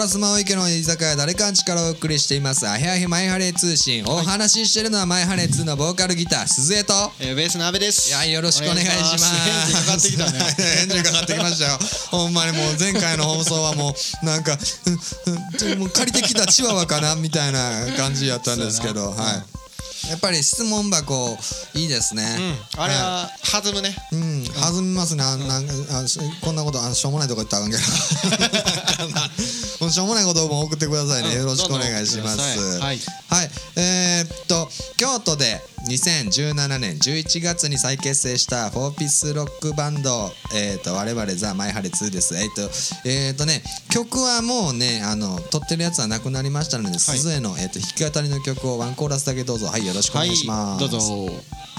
ますマオ池の居酒屋誰かんちからお送りしていますアヘアヘマイハレ通信、お話ししてるのはマイハレ2のボーカルギター鈴江と、 ベースの阿部です。 いやよろしくお願いします。 返事かかってきたね。 返事かかってきましたよ。ほんまにもう前回の放送はもうなんかもう借りてきたチワワかなみたいな感じやったんですけど、はい、やっぱり質問箱いいですね、 あれは弾むね。 弾みますね。こんなことしょうもないとこ言ったらあかんけどしょうもないことも送ってくださいね、よろしくお願いします。はい、京都で2017年11月に再結成した4ピースロックバンド、我々ザ・マイハレ2です。曲はもうね撮ってるやつはなくなりましたので、鈴江の、弾き語りの曲をワンコーラスだけどうぞ。はい、よろしくお願いします。 どうぞ。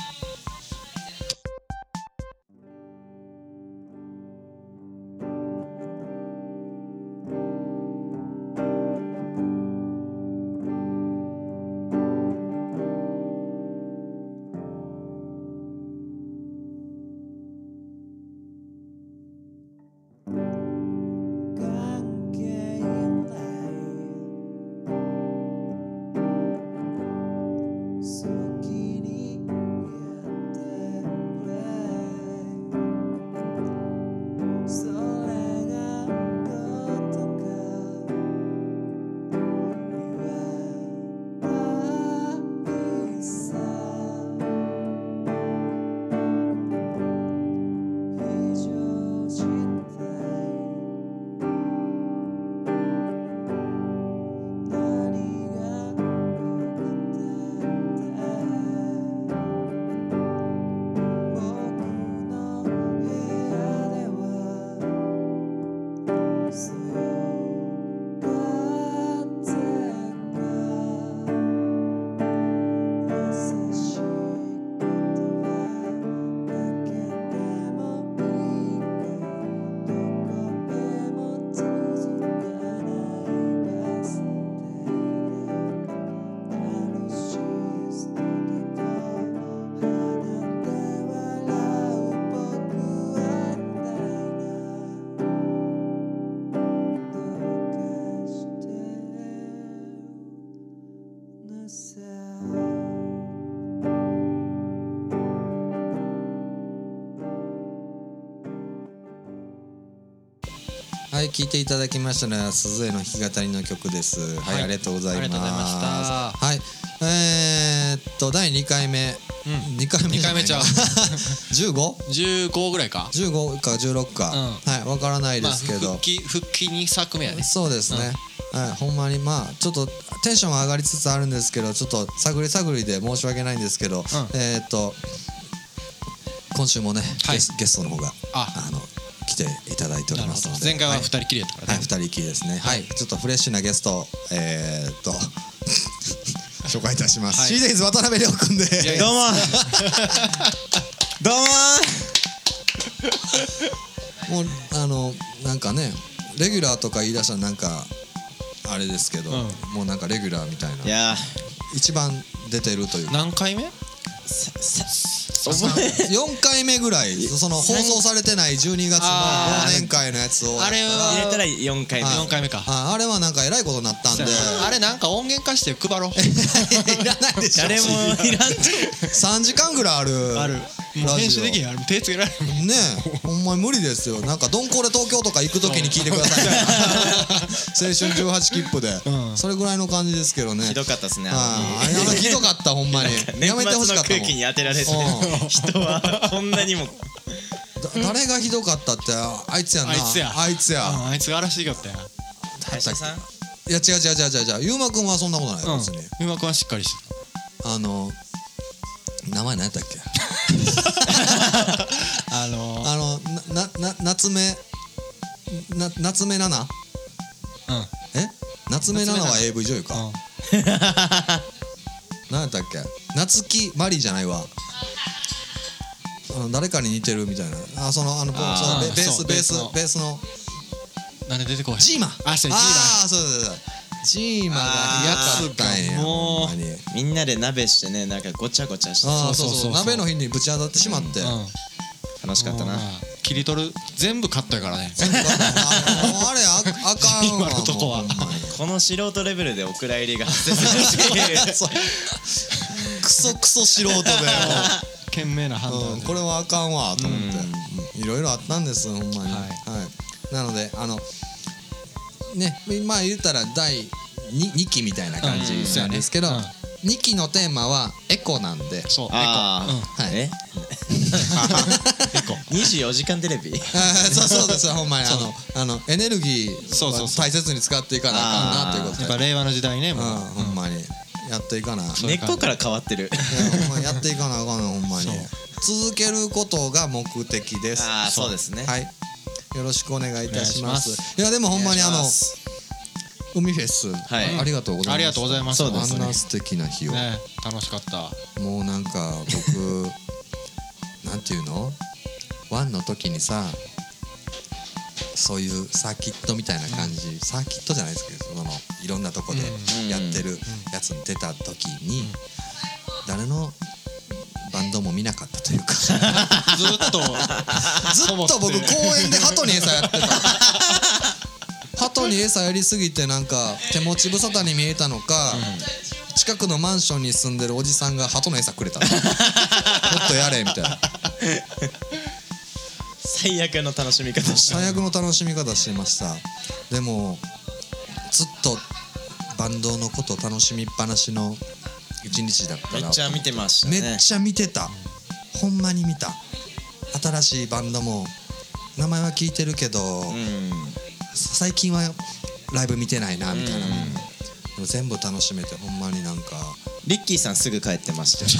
はい、聴いていただきましたのは鈴江の弾き語りの曲です。はい、ありがとうございます。 ありがとうございました。 はい、第2回目、2回目ちゃう15ぐらいか15か16か、はい、分からないですけど、 復帰2作目やね。 そうですね、はい、ほんまにちょっとテンションは上がりつつあるんですけど、ちょっと探りで申し訳ないんですけど、今週もね、ゲストの方が来ていただいておりますので、 前回は2人きりやったからね。 はい、2人きりですね。はい、ちょっとフレッシュなゲスト紹介いたします。シーデイズ渡辺亮君で。 どうもどうも。もうなんかね、レギュラーとか言い出したらなんかあれですけど、もうなんかレギュラーみたいな。 いや一番出てるという。 何回目 ？4回目ぐらい、その放送されてない12月の忘年会のやつをあれは入れたら4回目か。 あれはなんかえらいことになったんで、 あれなんか音源化して配ろう。 いらないでしょ。 誰もいらんと。 3時間ぐらいあるもう編集できんやん、手つけられんねえ、ほんまに無理ですよ。なんかドンコレ東京とか行く時に聞いてください。青春18切符で、それぐらいの感じですけどね。 ひどかったですね。 ひどかった、ほんまに。やめてほしかったもん。 年末の空気に当てられて人はこんなにも。 誰がひどかったって、あいつやんな。あいつが荒らしてきよったやん。 林さん？ いや違う、ゆうまくんはそんなことない別に。 ゆうまくんはしっかりしてた。名前何やったっけ？夏目奈々？夏目奈々は AV 女優か。何やったっけ？夏木マリじゃないわ。誰かに似てるみたいな。ベースの。 なんで出てこい。 ジーマ。 そうジーマがやったんや。 もうみんなで鍋してね、なんかごちゃごちゃして。 そう鍋の日にぶち当たってしまって。 楽しかったな。 切り取る全部カットやからね。 あれあかんわ今のとこはもうほんまにこの素人レベルでお蔵入りが発生するしそうクソ素人だよ賢明な判断で。 これはあかんわと思っていろいろあったんですほんまにはいはいなのでねまあ言ったら第2期みたいな感じなんですけどうんうん 2期のテーマはエコなんでそう。 ああ、 はいえエコ。 24時間テレビそうですよほんまにエネルギーはそうそうそう大切に使っていかなあかんなということでやっぱ令和の時代ねもう。 ほんまにやっていかな根っこから変わってるほんまにやっていかなあかんのほんまに続けることが目的ですああそうですねはいよろしくお願いいたしますお願いしいやでもほんまにお願いします海フェスはいありがとうございますありがとうございます。 そうですねあんな素敵な日をね楽しかった。 もうなんか僕なんていうのワンの時にさそういうサーキットみたいな感じ、サーキットじゃないですけどいろんなとこでやってるやつに出た時に誰のバンドも見なかったというかずっずっとと僕公園で鳩に餌やってた鳩に餌やりすぎてなんか手持ち無沙汰に見えたのか、近くのマンションに住んでるおじさんが鳩の餌くれたもっとやれみたいな最悪の楽しみ方した最悪の楽しみ方してました。でもずっとバンドのことを楽しみっぱなしの一日だったらめっちゃ見てましたねめっちゃ見てたほんまに見た新しいバンドも名前は聞いてるけど、最近はライブ見てないなみたいな、でも全部楽しめてほんまになんかリッキーさんすぐ帰ってましたよ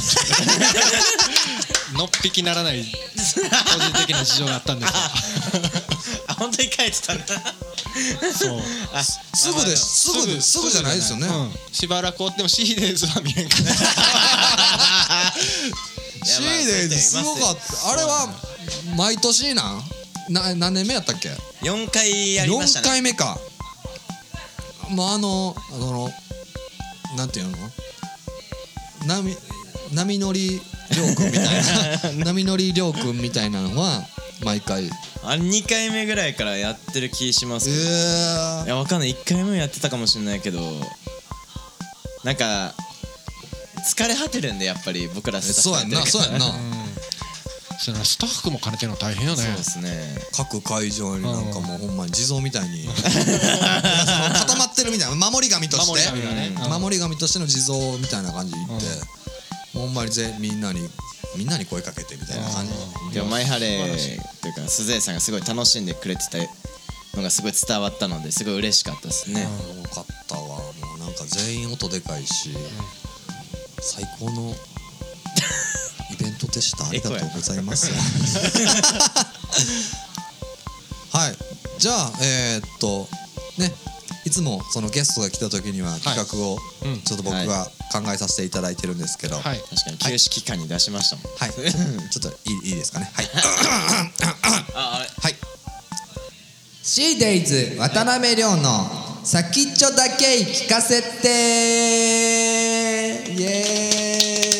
のっぴきならない個人的な事情があったんですよ。 あ本当に帰ってたんだそう。 あすぐですぐじゃないですよね、 うんしばらく追ってもシーデーズは見えんかった。 シーデイズすごかったあれは毎年何年目やったっけ 4回やりました 4 ね回目かもうなんていうの波乗りりょうくんみたいな波乗りりょうくんみたいなのは毎回あれ2回目ぐらいからやってる気しますけどいやわかんない1回目やってたかもしれないけどなんか疲れ果てるんでやっぱり僕らスタッフやってるからそうやんなそれスタッフも兼ねてるの大変よね。 そうですね各会場になんかもうほんまに地蔵みたいに固まってるみたいな守り神として守り神がね守り神としての地蔵みたいな感じで行ってほんまにみんなに声かけてみたいな感じでもマイハレーというか鈴江さんがすごい楽しんでくれてたのがすごい伝わったのですごい嬉しかったですねよかったわもうなんか全員音でかいし最高のイベントでしたありがとうございますはいじゃあねいつもそのゲストが来た時には企画をちょっと僕が考えさせていただいてるんですけどはい、 はい。 確かに休止期間に出しましたもんちょっといいですかねはいあれはいシーデイズ渡辺亮の先っちょだけ聞かせてイエ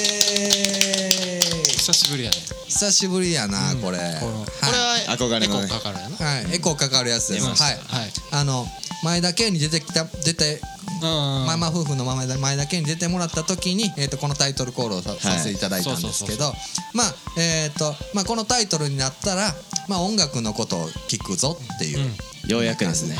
ーイ久しぶりやね。 久しぶりやな、これこれはは憧れのねエコかかるやな。 い、はい、エコーかかるやつです出ましたはいはい。 前田健に出てママ夫婦の前田健に出てもらった時に、このタイトルコールをさせていただいたんですけどまあこのタイトルになったら、まあ、音楽のことを聞くぞっていう、 ようやくですね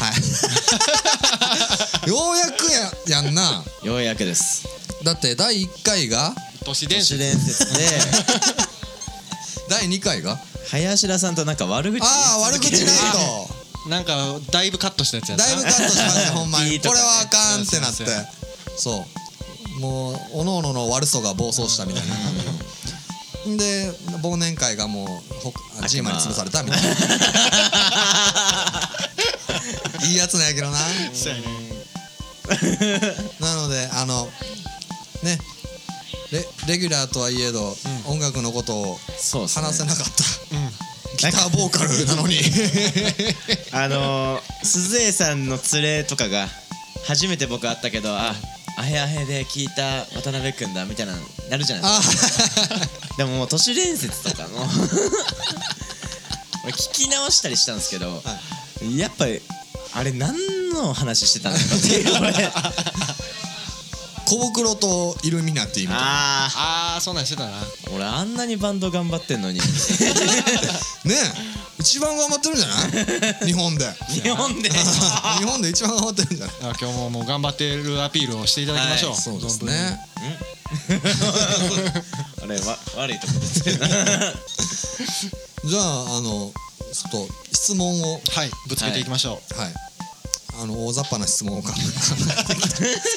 はいようやくやんなようやくですだって第1回が都市伝説。 都市伝説で第2回が林田さんとなんか悪口悪口ナイトなんかだいぶカットしたやつやな。 だいぶカットしましたほんまにいいとこねこれはあかんってなってそうもうおのおのの悪さが暴走したみたいなで忘年会がもうジーマに潰されたみたいないいやつなんやけどなそうやね。 なのでねレギュラーとはいえど、音楽のことをそうですね話せなかった、ギターボーカルなのに鈴江さんの連れとかが初めて僕会ったけどアヘアヘで聞いた渡辺くんだみたいなのなるじゃないですかでももう都市伝説とかの聞き直したりしたんですけど、やっぱりあれ何の話してたんだろうっていう俺小袋とイルミナティみたいな。 ああそんなんしてたな。 俺あんなにバンド頑張ってんのにねえ一番頑張ってるんじゃない日本で日本で日本で一番頑張ってるんじゃない。 今日ももう頑張ってるアピールをしていただきましょう。 はいそうですね。 あれ悪いとこですけどじゃあちょっと質問をはいぶつけていきましょう。 はい大雑把な質問を考えてき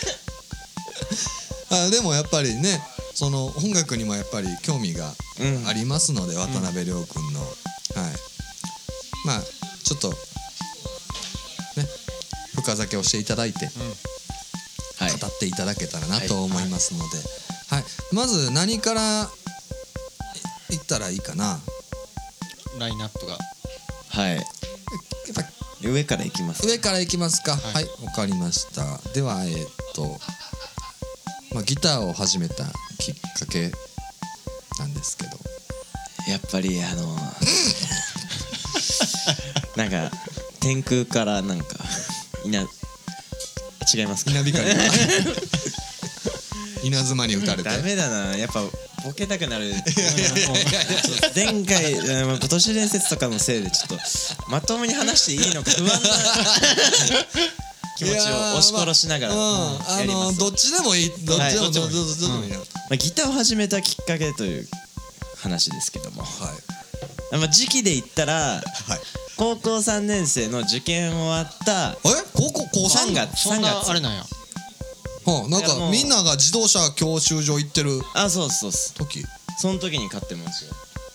たでもやっぱりねその音楽にもやっぱり興味がありますので、渡辺亮君の、はいまあちょっとね深酒をしていただいて、 はい語っていただけたらなと思いますので、はいまず何からいったらいいかな。 ラインナップがはいやっぱ上からいきます。 上からいきますか。 ははいわかりました。ではギターを始めたきっかけなんですけど、 やっぱりなんか天空からなんか違いますか。 稲光が稲妻に打たれてダメだなやっぱボケたくなる前回都市伝説とかのせいでちょっとまともに話していいのか不安な気持ちを押し殺しながらやります。 どっちでもいい。どっちでもはいどっちでもいいな。 ギターを始めたきっかけという話ですけども、 はい時期で言ったらはい。 高校3年生の受験終わった高 3 3 月そんなあれなんや。 なんいやもうかみんなが自動車教習所行ってるあそうですそうです時その時に買ってますよ。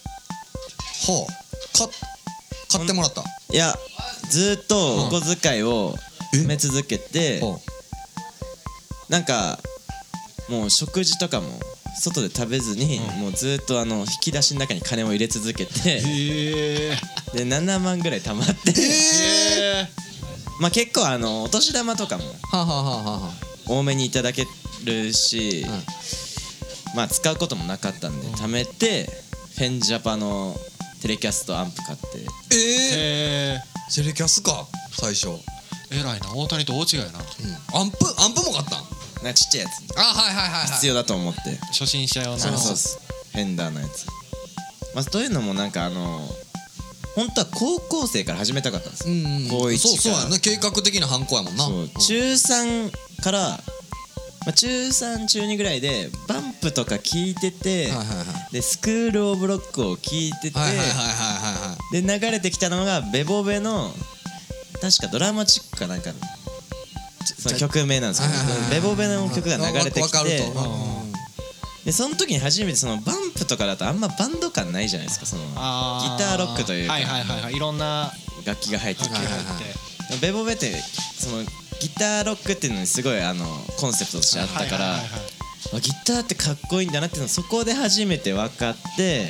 買ってもらった。 いやずーっとお小遣いを貯め続けて、なんかもう食事とかも外で食べずに、もうずーっと引き出しの中に金を入れ続けてへえ。 で7万ぐらい貯まってまあ結構お年玉とかも多めにいただけるし、まあ使うこともなかったんで貯めてフェンジャパのテレキャストアンプ買ってへえ。 セレキャスか最初。 えらいな大谷と大違いやな。 アンプも買ったん。 なんかちっちゃいやつはい必要だと思って初心者用の。 そうですフェンダーのやつ。まあというのもなんか本当は高校生から始めたかったんですよ。高1 そうからやね計画的な犯行やもんな。 そう中3から、まあ、中3中2ぐらいでバンプとか聞いてて、でスクールオブロックを聞いてて、で流れてきたのがベボベの確かドラマチックかなんかのその曲名なんですけど、ベボベの曲が流れてきて、でその時に初めてそのバンプとかだとあんまバンド感ないじゃないですか。そのギターロックというかいろんな楽器が入ってて、ベボベってそのギターロックっていうのにすごいコンセプトとしてあったから、ギターってかっこいいんだなっていうのをそこで初めて分かって、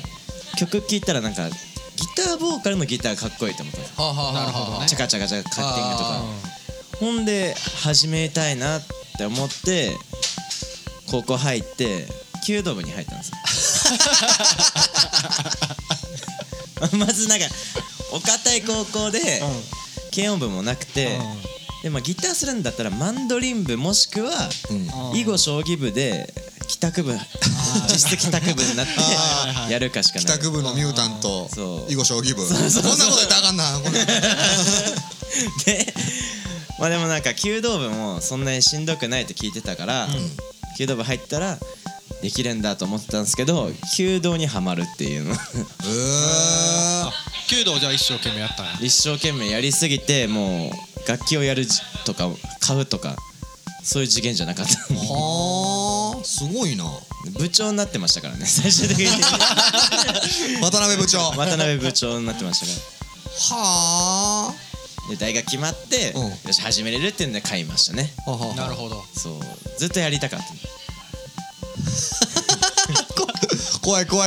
曲聴いたらなんかギターボーカルのギターかっこいいと思ったんですよ。 なるほどね。 チャカチャカチャカッティングとか。ほんで始めたいなって思って高校入って弓道部に入ったんですよまずなんかお堅い高校で軽音部もなくて、でギターするんだったらマンドリン部もしくは囲碁将棋部で帰宅部実質帰宅部になってやるかしかない。 帰宅部のミュータント囲碁将棋部。こんなこと言ったらあかんな。 でまあでもなんか弓道部もそんなにしんどくないって聞いてたから、弓道部入ったらできるんだと思ってたんですけど、弓道にはまるっていうの弓道じゃあ一生懸命やったんや。 一生懸命やりすぎてもう楽器をやるとか買うとかそういう次元じゃなかったはあすごいな。 部長になってましたからね最終的に渡辺部長。 渡辺部長になってましたからはあ。 で大学決まって、よし始めれるっていうんで買いましたね。 なるほど。 そうずっとやりたかった怖い。 で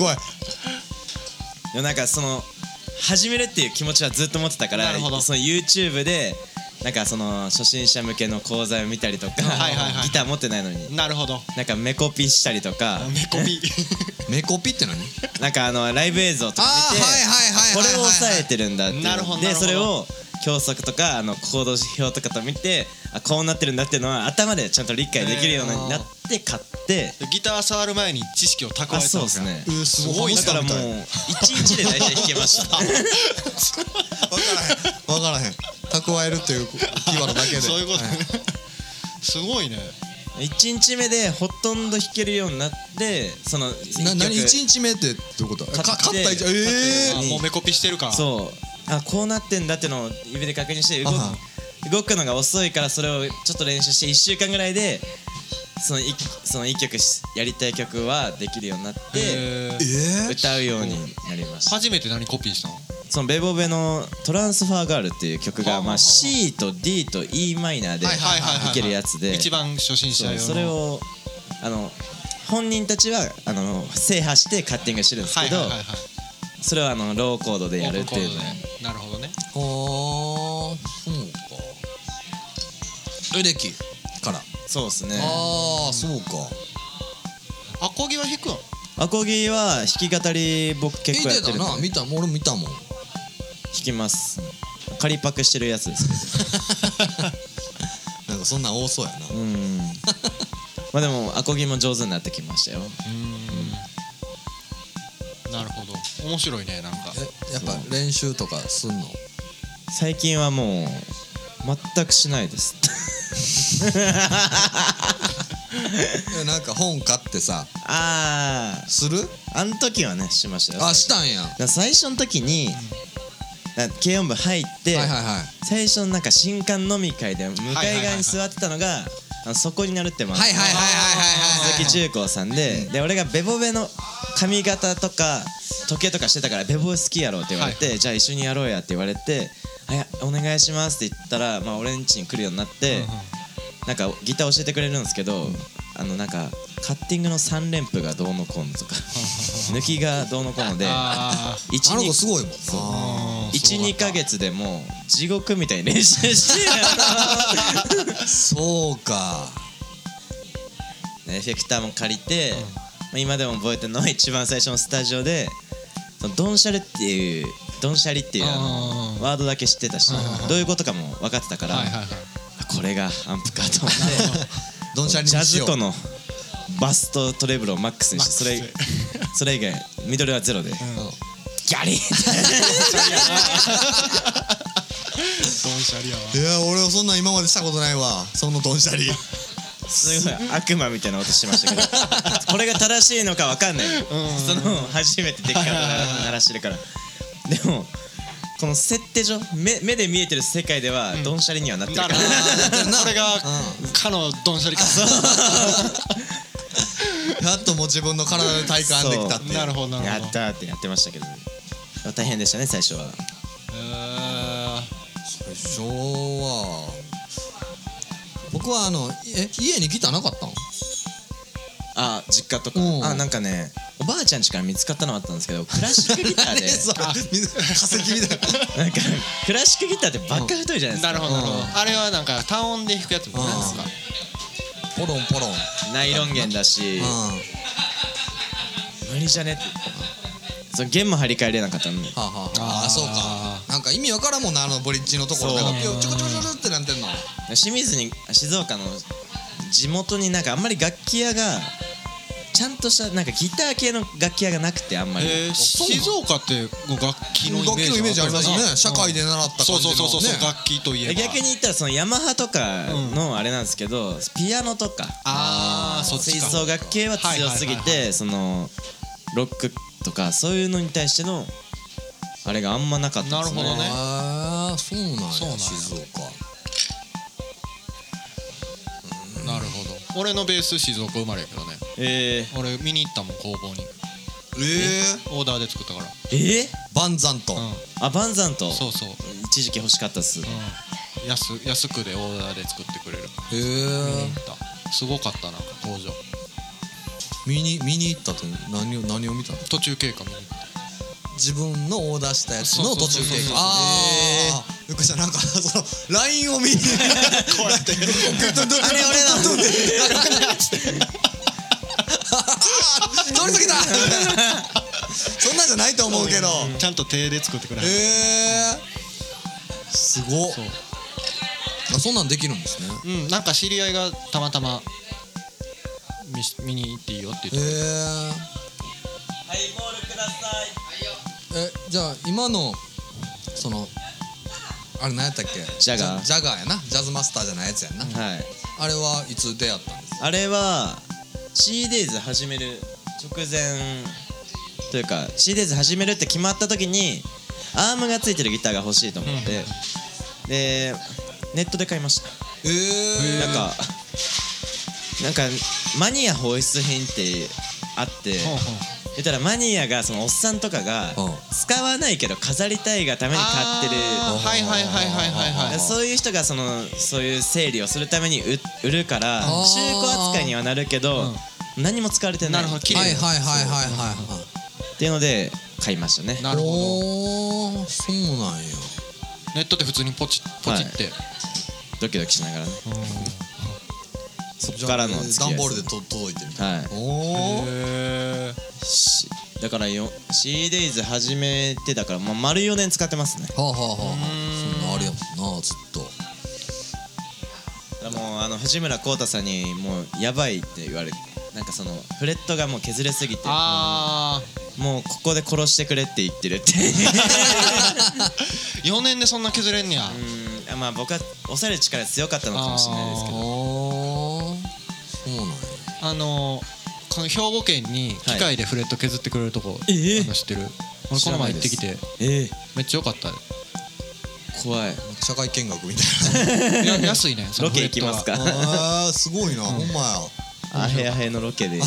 もなんかその始めるっていう気持ちはずっと持ってたから、その YouTube でなんかその初心者向けの講座を見たりとか、ギター持ってないのになるほど。 なんかメコピしたりとかメコピメコピって何？ なんかライブ映像とか見てこれを抑えてるんだっていうのでそれを教則とかコード表とかと見てこうなってるんだっていうのは頭でちゃんと理解できるようになって買ってギター触る前に知識を蓄えたんですか。 そうですね。 すごい。 だからもう1日で大体弾けました分からへん蓄えるっていうキーワードだけでそういうことねすごいね。 1日目でほとんど弾けるようになって何 1日目ってどういうこと？ 買ったもうメコピしてるから。 そうこうなってんだってのを指で確認して動くのが遅いからそれをちょっと練習して1週間ぐらいでその1曲やりたい曲はできるようになって歌うようになりました。 初めて何コピーしたの？ そのベボベの「トランスファーガール」っていう曲がC と D と E マイナーで弾けるやつで一番初心者用のそれを本人たちは制覇してカッティングしてるんですけどそれはローコードでやるっていうの。 なるほどね。 そうかエレキからそうですね。 そうかアコギは弾くの？ アコギは弾き語り僕結構やってるんで俺見たもん弾きます。仮パクしてるやつですけどなんかそんなん多そうやなまあでもアコギも上手になってきましたよ。 なるほど面白いね。なんかやっぱ練習とかすんの？ 最近はもう全くしないですなんか本買ってさする？ あの時はねしましたよ。 したんや。 最初の時に軽音部入って最初のなんか新歓飲み会で向かい側に座ってたのがそこになるって鈴木中高さんで俺がベボベの髪型とか時計とかしてたからベボベ好きやろって言われてじゃあ一緒にやろうやって言われてお願いしますって言ったら俺ん家に来るようになってなんかギター教えてくれるんですけどなんかカッティングの3連符がどうのこうのとか抜きがどうのこうのですごいもん 1,2 ヶ月でもう地獄みたいに練習してそうかエフェクターも借りて今でも覚えてるのは一番最初のスタジオでドンシャリっていうワードだけ知ってたしどういうことかも分かってたからこれがアンプかと思ってジャズコのバスとトレブルをマックスにしてそれ以外ミドルはゼロでギャリードンシャリやわ。 いや俺はそんなん今までしたことないわそのドンシャリすごい悪魔みたいな音しましたけどこれが正しいのか分かんない初めてでき方鳴らしてるからでもこの設定上目で見えてる世界ではドンシャリにはなってるからこれがかのドンシャリかやっともう自分の体で体感できたってなるほどやったってやってましたけど大変でしたね最初は。 最初は僕は家にギターなかったの？ 実家とかなんかねおばあちゃん家から見つかったのあったんですけどクラシックギターで化石みたいなんかクラシックギターってバカ太いじゃないですか。 なるほどあれはなんか単音で弾くやつもなんですか？ ポロンポロンナイロン弦だし無理じゃねってその弦も張り替えれなかったのにそうかなんか意味わからんもんなブリッジのところなんかちょこちょこちょこってなってんの。 静岡の地元になんかあんまり楽器屋がちゃんとしたなんかギター系の楽器屋がなくてあんまり静岡って楽器のイメージありますね。社会で習った感じのそう楽器といえば逆に言ったらそのヤマハとかのあれなんですけどピアノとか吹奏楽系は強すぎてそのロックとかそういうのに対してのあれがあんまなかったですね。 なるほどね。 そうなんや静岡。 なるほど。俺のベース静岡生まれやけどね。俺見に行ったもん工房に。オーダーで作ったから。 バンザント。 バンザント。 そう一時期欲しかったっす。 安くでオーダーで作ってくれる。見に行った。すごかったな工場。 見に行ったって何を見たの？ 途中経過見に行った。 自分のオーダーしたやつの途中経過。よくじゃなんかそのラインを見にこうやってあれ俺だ通り過ぎたなじゃないと思うけど。 ちゃんと手で作ってくれる。 すごっ。そんなんできるんですね。 なんか知り合いがたまたま見に行っていいよって言って。 ハイボールください。 じゃあ今のそのあれ何やったっけ？ ジャガーやな。ジャズマスターじゃないやつやんな。 はい。 あれはいつ出会ったんですか？ あれは C-Days 始める直前というか C-Days 始めるって決まった時にアームがついてるギターが欲しいと思って、でネットで買いました。なんかマニア放出品ってあって、言ったらマニアがそのおっさんとかが使わないけど飾りたいがために買ってる、そういう人がそういう整理をするために売るから中古扱いにはなるけど何も使われてない。 っていうので買いましたね。 なるほど。そうなんや。 ネットで普通にポチってドキドキしながらね。そっからの段ボールで届いてみたいな。 だからC-Days 始めてだから丸4年使ってますね。 そんなあれやもんなずっと。 もう藤村浩太さんにもうやばいって言われて、なんかそのフレットがもう削れすぎてもうここで殺してくれって言ってるって 4年でそんな削れんねや。 まあ僕は押さえる力強かったのかもしれないですけど。 そうなんや。 この兵庫県に機械でフレット削ってくれるとこ知ってる？俺この前行ってきてめっちゃ良かった。 怖い。 社会見学みたいな。 安いね。 ロケ行きますか？ すごいな。ほんまや。 アヘアヘのロケで。 り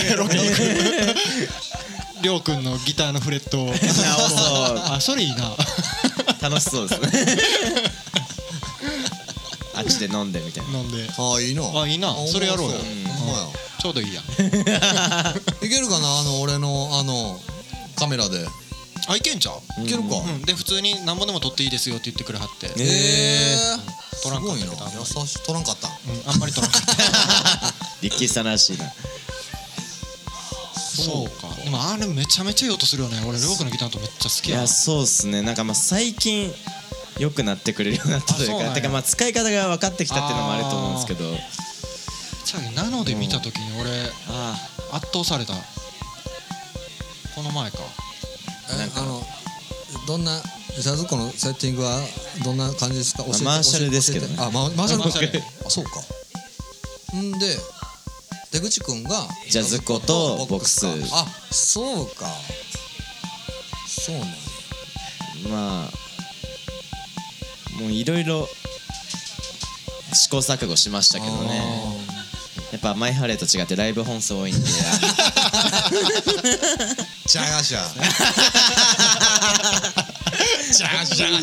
ょうくんのギターのフレットを。それいいな。 楽しそうですね。あっちで飲んでみたいな。 飲んで。 いいな。 いいな。それやろうよ。 ほんまや。 ちょうどいいやん。 いけるかな俺のカメラで。 いけんちゃう？ いけるか。 で普通に何本でも撮っていいですよって言ってくれはって。 すごいな。優しい。撮らんかった。 あんまり撮らんかった。 リッキーさんらしいな。 そうか。でもあれめちゃめちゃいい音するよね。俺りょうくんのギターとめっちゃ好きや。 いやそうっすね。なんか最近良くなってくれるようになったというか、てか使い方が分かってきたっていうのもあると思うんですけど。 なので見た時に俺圧倒された。この前か。 どんなジャズコのセッティングはどんな感じですか？ マーシャルですけどね。 マーシャルか。そうか。んで出口くんがジャズコとボックス。 そうか。そうなんや。 まあもういろいろ試行錯誤しましたけどね。やっぱマイハレーと違ってライブ本数多いんで。 ジャガシャ。ジャガシャ。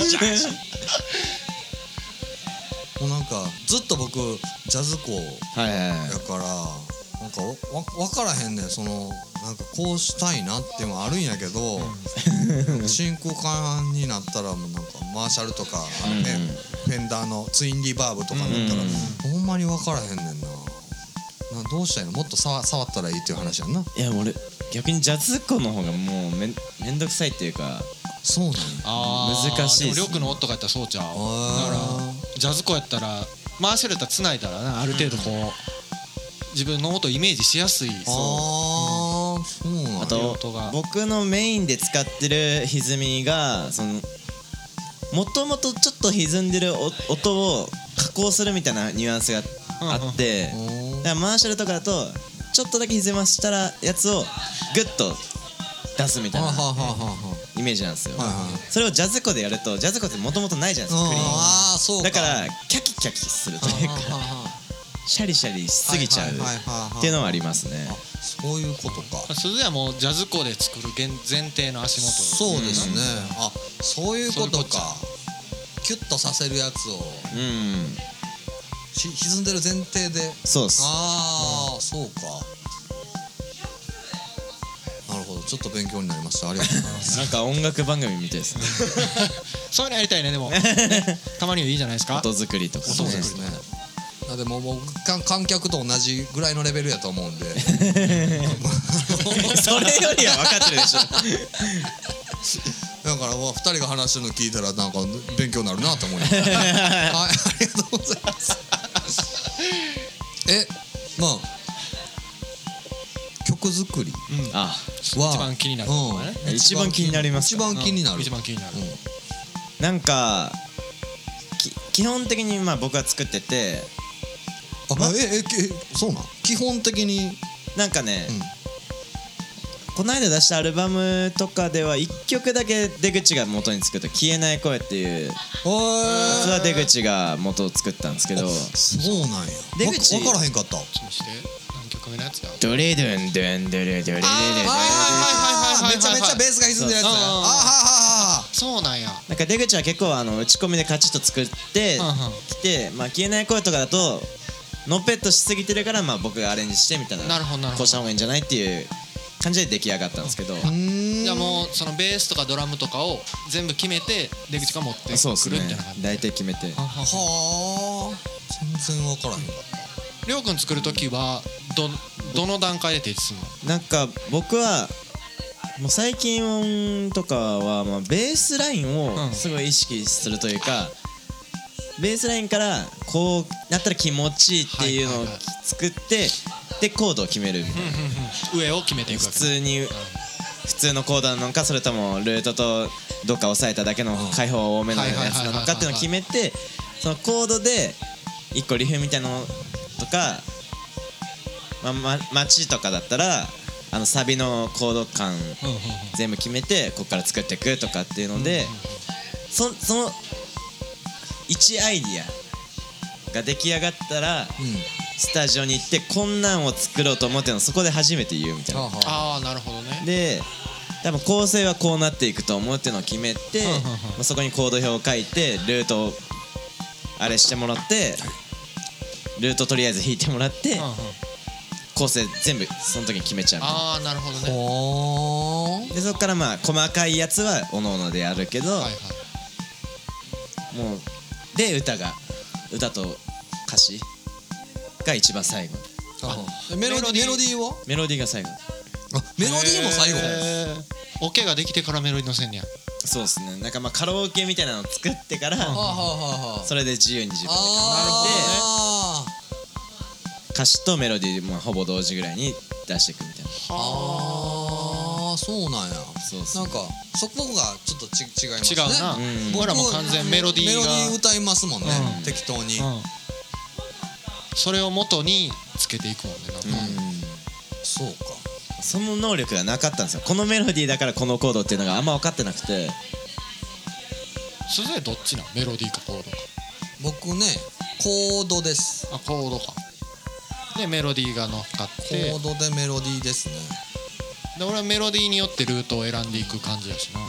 もうなんかずっと僕ジャズコやからなんか分からへんねん。なんかこうしたいなっていうのはあるんやけど、真空管になったらもうなんかマーシャルとかフェンダーのツインリバーブとかになったらほんまに分からへんねんな。どうしたいの？もっと触ったらいいっていう話やんな。 いや俺逆にジャズコの方がもうめんどくさいっていうか。 そうなんや。 難しいっすね。 でもりょうくんの夫がやったらそうちゃう。だからジャズコやったらマーシャルやったらつないだらな、ある程度こう自分の音をイメージしやすい。 そうなんや。 あと僕のメインで使ってる歪みがもともとちょっと歪んでる音を加工するみたいなニュアンスがあって、だからマーシャルとかだとちょっとだけ歪ましたらやつをグッと出すみたいなイメージなんですよ。それをジャズコでやると、ジャズコってもともとないじゃないですか、クリーン。だからキャキキャキするというかシャリシャリしすぎちゃうっていうのはありますね。 そういうことか。 鈴はもうジャズコで作る前提の足元。 そうですね。そういうことか。キュッとさせるやつを歪んでる前提で。 そうっす。 そうか。なるほど。ちょっと勉強になりました。ありがとうございます。 なんか音楽番組みたいですね。 そういうのやりたいね。でもたまにはいいじゃないですか。 音作りとか。 そうですね。 でももう観客と同じぐらいのレベルやと思うんでそれよりは分かってるでしょだから2人が話してるの聞いたらなんか勉強になるなと思いますはい、ありがとうございますまあ曲作りあ一番気になるとこね。 一番気になります一番気になる一番気になる。 なんか基本的にまあ僕は作っててそうなん基本的になんかね、この間出したアルバムとかでは1曲だけ出口が元に作った「消えない声」っていうやつは出口が元を作ったんですけど、 そうなんや出口分からへんかった。 ちょっとして何曲目のやつだ。 ドレドゥンドゥンドゥルドゥルドゥルドゥルめちゃめちゃベースが歪んでるやつ。 そうなんや。 なんか出口は結構打ち込みでカチッと作ってきて、まあ消えない声とかだとのっぺっとしすぎてるから、まあ僕がアレンジしてみたいな、 なるほどこうした方がいいんじゃないっていう感じで出来上がったんですけど、 じゃあもうそのベースとかドラムとかを全部決めて出口が持ってくるみたいな感じ。 大体決めて。 はあ全然分からへんかった。 りょうくん作るときはどの段階で提出するの？ なんか僕はもう最近とかはまあベースラインをすごい意識するというか、ベースラインからこうなったら気持ちいいっていうのを作ってでコードを決めるみたいな、 上を決めていくわけ。 普通のコードなのか、それともルートとどっか押さえただけの開放多めのやつなのかっていうのを決めて、そのコードで1個リフみたいなのとか、街とかだったらサビのコード感全部決めてここから作っていくとかっていうので、その1アイディアが出来上がったらスタジオに行ってこんなんを作ろうと思ってるのそこで初めて言うみたいな。 ああなるほどね。 で多分構成はこうなっていくと思うっていうのを決めて、そこにコード表を書いてルートをあれしてもらって、ルートとりあえず弾いてもらって、構成全部その時に決めちゃう。 ああなるほどね。 でそこからまあ細かいやつはおのおのでやるけど、もうで歌と歌詞が一番最後。 メロディーは？ メロディーが最後。 メロディーも最後。 オケができてからメロディーのせんねや。 そうですね。なんかまあカラオケみたいなのを作ってからそれで自由に自分で考えて歌詞とメロディーもほぼ同時ぐらいに出していくみたいな。 そうなんや。なんかそこがちょっと違いますね。 違うな。僕らも完全メロディー歌いますもんね、適当に。 それを元につけていくもんね。 そうか。 その能力がなかったんですよ。このメロディーだからこのコードっていうのがあんま分かってなくて。 それどっちなん？メロディーかコードか。 僕ねコードです。 あ、コードか。でメロディーが乗っかってコードでメロディーですね。 で俺はメロディーによってルートを選んでいく感じやしな。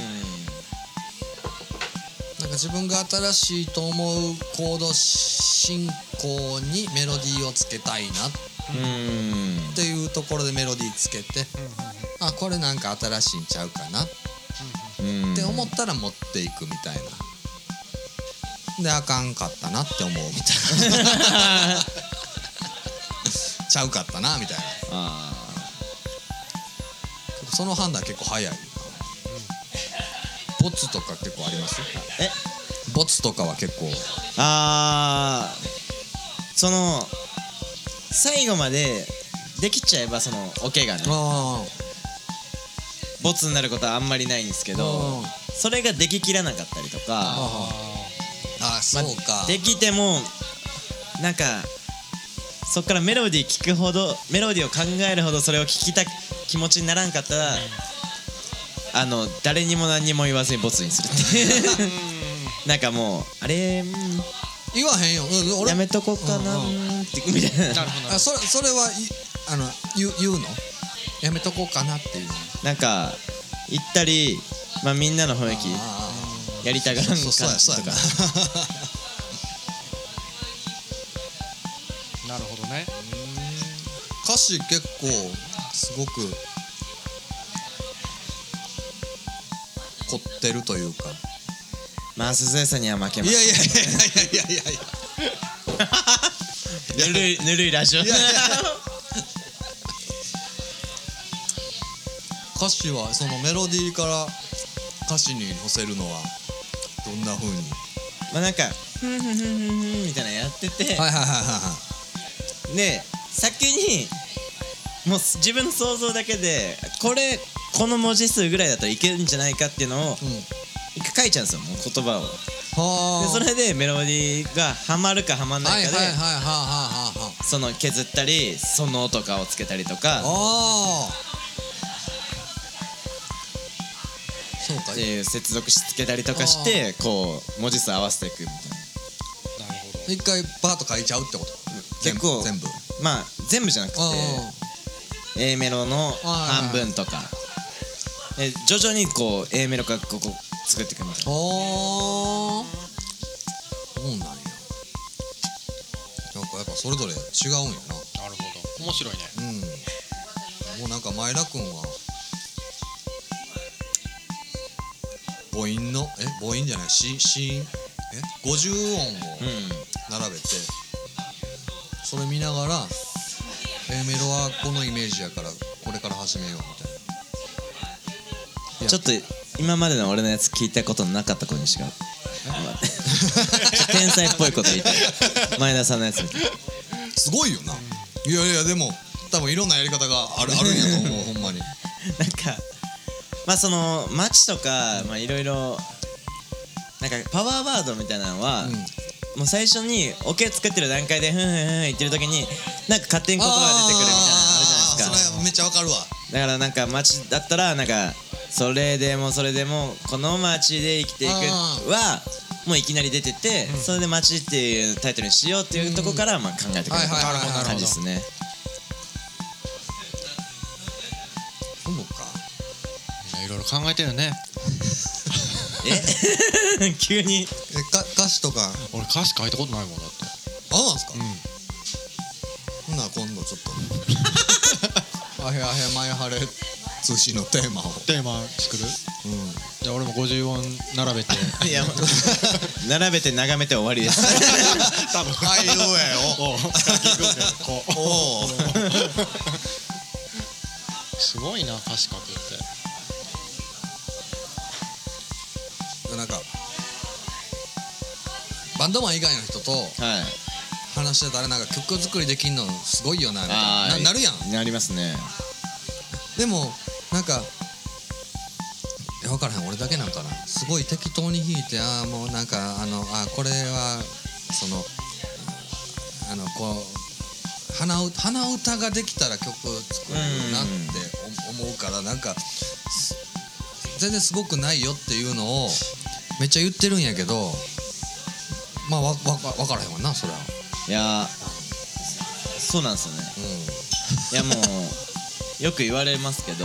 なんか自分が新しいと思うコード進行にメロディーをつけたいなっていうところでメロディーつけて、あこれなんか新しいんちゃうかなって思ったら持っていくみたいな。であかんかったなって思うみたいなちゃうかったなみたいな。その判断結構早いな。ボツとか結構あります？ボツとかは結構その最後までできちゃえばそのオケがねボツになることはあんまりないんですけど、それができきらなかったりとか、 そうか、 できてもなんかそっからメロディー聞くほどメロディーを考えるほどそれを聞きた気持ちにならんかったら誰にも何にも言わずにボツにするっていうなんかもうあれ言わへんよ、 やめとこうかなってみたいな。 それは言うのやめとこうかなっていう。 なんか言ったり、まあみんなの雰囲気やりたがらん感じとか。 なるほどね。 歌詞結構すごく凝ってるというか。 まあ鈴江さんには負けます。 いやぬるいラジオ。 歌詞はそのメロディーから歌詞に乗せるのはどんな風に？ まあなんかふんふんふんふんふんみたいなのやってて、 はいはいはいはで先にもう自分の想像だけでこの文字数ぐらいだったらいけるんじゃないかっていうのを一回書いちゃうんですよ、もう言葉を。でそれでメロディーがハマるかハマんないかでその削ったりそのとかをつけたりとかそうかっていう接続詞つけたりとかしてこう文字数合わせていくみたいな。 なるほど。 一回バーッと書いちゃうってこと？ 結構全部まあ全部じゃなくて A メロの半分とか徐々にこう A メロからここ作っていくみたいな。 そうなんや。なんかやっぱそれぞれ違うんやな。 なるほど。面白いね。 もうなんか前田くんは母音の母音じゃない子音50音を並べて、それ見ながらメロはこのイメージやからこれから始めようみたいな。 ちょっと今までの俺のやつ聞いたことなかった子にしか天才っぽいこと言いたい前田さんのやつすごいよな。いやいやでも多分いろんなやり方があるんやと思うほんまに。 なんかまあその街とかまあいろいろなんかパワーワードみたいなのはもう最初にオケ作ってる段階でふんふんふん言ってる時になんか勝手に言葉が出てくるみたいなのあるじゃないですか。 それめっちゃわかるわ。 だからなんか街だったらなんかそれでもこの街で生きていくはもういきなり出てて、それで街っていうタイトルにしようっていうとこからまあ考えてくる感じですね。 そうか。 いろいろ考えてるね。 急に歌詞とか俺歌詞書いたことないもんだって。 なんすか？ほんなら今度ちょっとアヘアヘマイハレ通信のテーマを作る？じゃあ俺も50音並べていや並べて眺めて終わりです多分はい上をすごいな歌詞書くって。 なんかバンドマン以外の人と話してたらなんか曲作りできんのすごいよなみたいななるやん。 なりますね。 でもなんか分からへん俺だけなんかな。すごい適当に弾いてもうなんかこれはそのこう鼻歌ができたら曲作れるなって思うからなんか全然すごくないよっていうのをめっちゃ言ってるんやけどまあ分からへんわなそれは。 いやそうなんですよね。いやもうよく言われますけど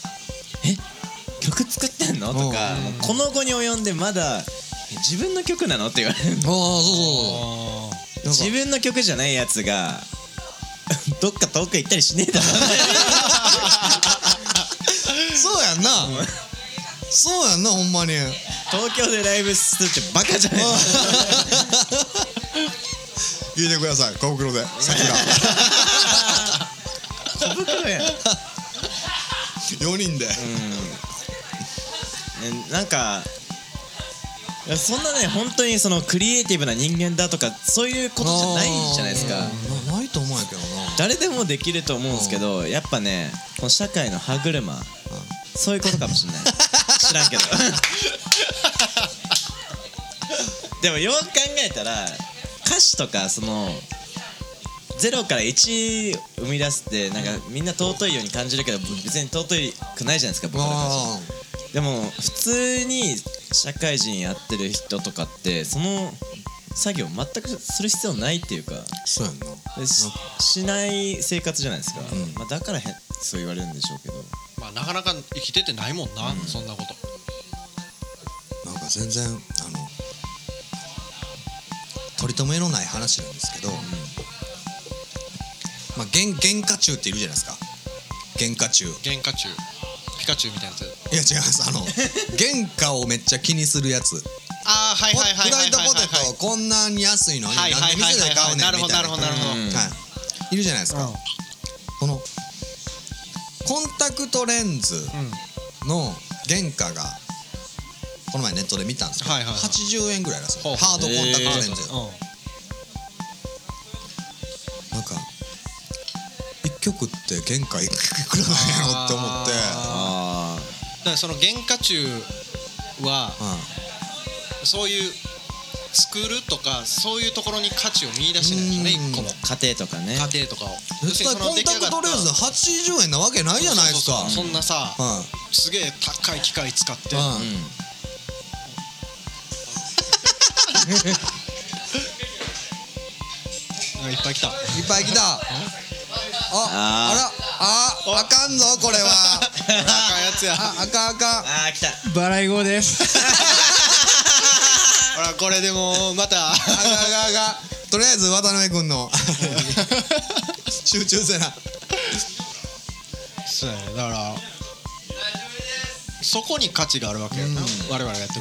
曲作ってんのとかこの後に及んでまだ自分の曲なのって言われる。そう自分の曲じゃないやつがどっか遠く行ったりしねえだろそうやんなそうやんなほんまに東京でライブするってバカじゃない聞いてください小袋で桜小袋やん 4人でなんかそんなね本当にそのクリエイティブな人間だとかそういうことじゃないじゃないですか。 ないと思うんやけどな。誰でもできると思うんですけどやっぱねこの社会の歯車そういうことかもしれない知らんけどでもよく考えたら歌詞とかその0から1生み出すってなんかみんな尊いように感じるけど別に尊くないじゃないですか僕らたち。でも普通に社会人やってる人とかってその作業全くする必要ないっていうかそうやんなしない生活じゃないですか、まあ、だからそう言われるんでしょうけどまあなかなか生きててないもんな、そんなことなんか全然取り留めのない話なんですけど、まあ原価中っているじゃないですか。原価中ピカチュウみたいなやつ。 いや違います原価をめっちゃ気にするやつ。 フライドポテトこんなに安いのになんで店で買うねんみたいな人いるじゃないですか。このコンタクトレンズの原価がこの前ネットで見たんですけど80円ぐらいらしい。ハードコンタクトレンズなんか1曲って原価いくらなんやろって思って、 だからその原価中はそういう作るとかそういうところに価値を見出してないんですよね。一個も家庭とかね、 家庭とかを絶対コンタクトレンズで80円なわけないじゃないですか。 そんなさすげえ高い機械使っていっぱい来たあかんぞこれはあかんやつやあかん来たバライゴですほらこれでもまたとりあえず渡辺君の集中せな。 そうやね。だからそこに価値があるわけやな我々がやってる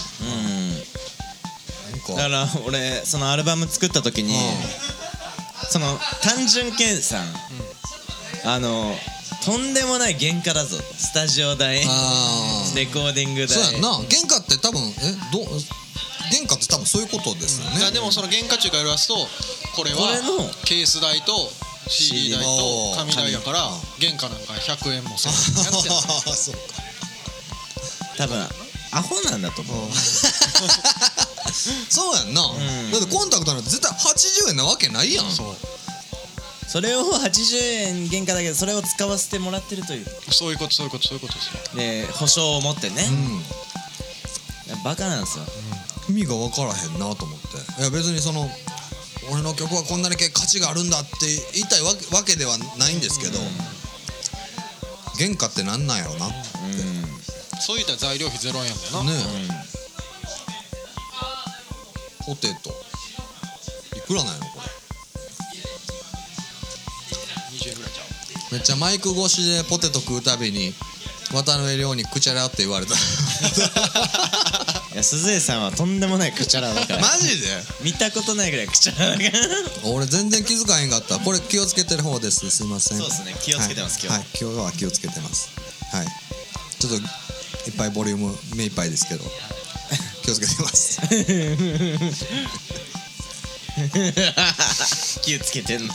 ことは。 だから俺そのアルバム作った時にその単純計算とんでもない原価だぞ。スタジオ代レコーディング代。 そうやんな。原価って多分原価って多分そういうことですよね。 でもその原価中から言わすとこれはケース代と CD 代と紙代やから原価なんか100円もせんそうか多分アホなんだと思うそうやんな。だってコンタクトなんて絶対80円なわけないやん。 それを80円原価だけどそれを使わせてもらってるというそういうことですよ。 で保証を持ってねバカなんですよ。 意味が分からへんなと思って。いや別にその俺の曲はこんなに価値があるんだって言いたいわけではないんですけど原価ってなんなんやろなって。 そういった材料費0円やもんな。 ねポテトいくらなんやろこれ。 20円ぐらいちゃう。 めっちゃマイク越しでポテト食うたびに渡辺亮にくちゃらって言われた。 いや鈴江さんはとんでもないくちゃらだからマジで見たことないぐらいくちゃらだから俺全然気づかへんかった。これ気をつけてる方です。すいません。 そうですね気をつけてます、 今日は気をつけてます。はいちょっといっぱいボリューム目いっぱいですけど気をつけてます気をつけてんの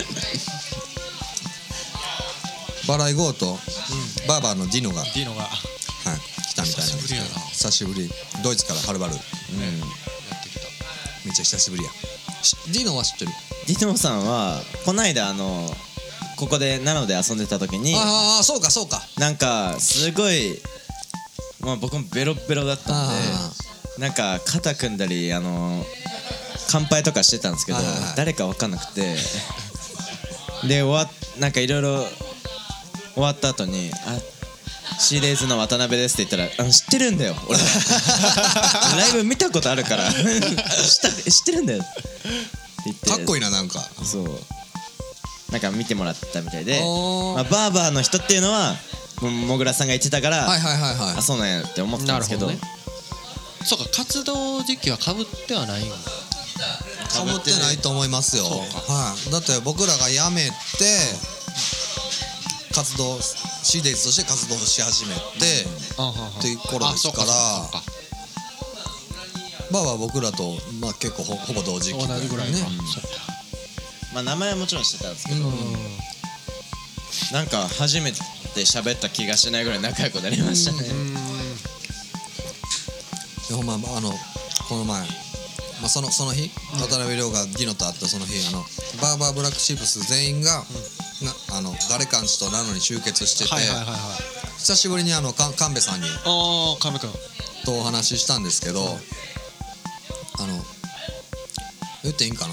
バライゴーとバーバーのディノが来たみたいな。久しぶりドイツからはるばるやってきた。 めっちゃ久しぶりや。ディノは知ってる？ ディノさんはこないだここで奈良で遊んでた時にそうかなんかすごい僕もベロベロだったんでなんか肩組んだり乾杯とかしてたんですけど誰か分かんなくてでなんかいろいろ終わった後にシーデイズの渡辺ですって言ったら知ってるんだよ俺ライブ見たことあるから知ってるんだよって言ってかっこいいな。なんかそうなんか見てもらったみたいでバーバーの人っていうのはもぐらさんが言ってたからそうなんやって思ったんですけどそうか活動時期はかぶってはないんだ。 かぶってないと思いますよ。だって僕らが辞めて活動シーデイズとして活動し始めてっていう頃ですからバーは僕らと結構ほぼ同時期同じぐらいね。 名前はもちろんしてたんですけどなんか初めて喋った気がしないぐらい仲良くなりましたね。 ほんまこの前その日渡辺亮がディノと会ったその日バーバーブラックシープス全員が誰かんちとナノに集結してて久しぶりに神戸さんに神戸君とお話ししたんですけど言っていいんかな。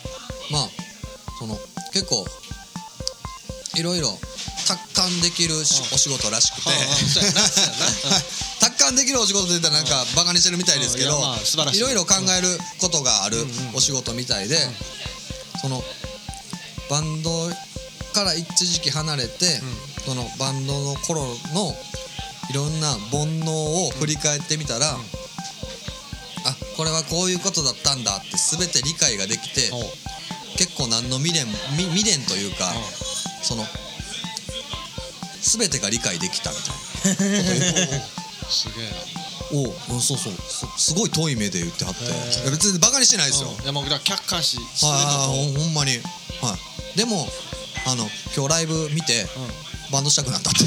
結構いろいろ達観できるお仕事らしくて達観できるお仕事で言ったらなんかバカにしてるみたいですけどいろいろ考えることがあるお仕事みたいでそのバンドから一時期離れてそのバンドの頃のいろんな煩悩を振り返ってみたらこれはこういうことだったんだって全て理解ができて、結構何の未練というか、その全てが理解できたみたいなこと言ってすげえそうすごい遠い目で言ってはって、別にバカにしてないですよ。 いやもうだから客観視するほんまに、でも今日ライブ見て、バンドしたくなったって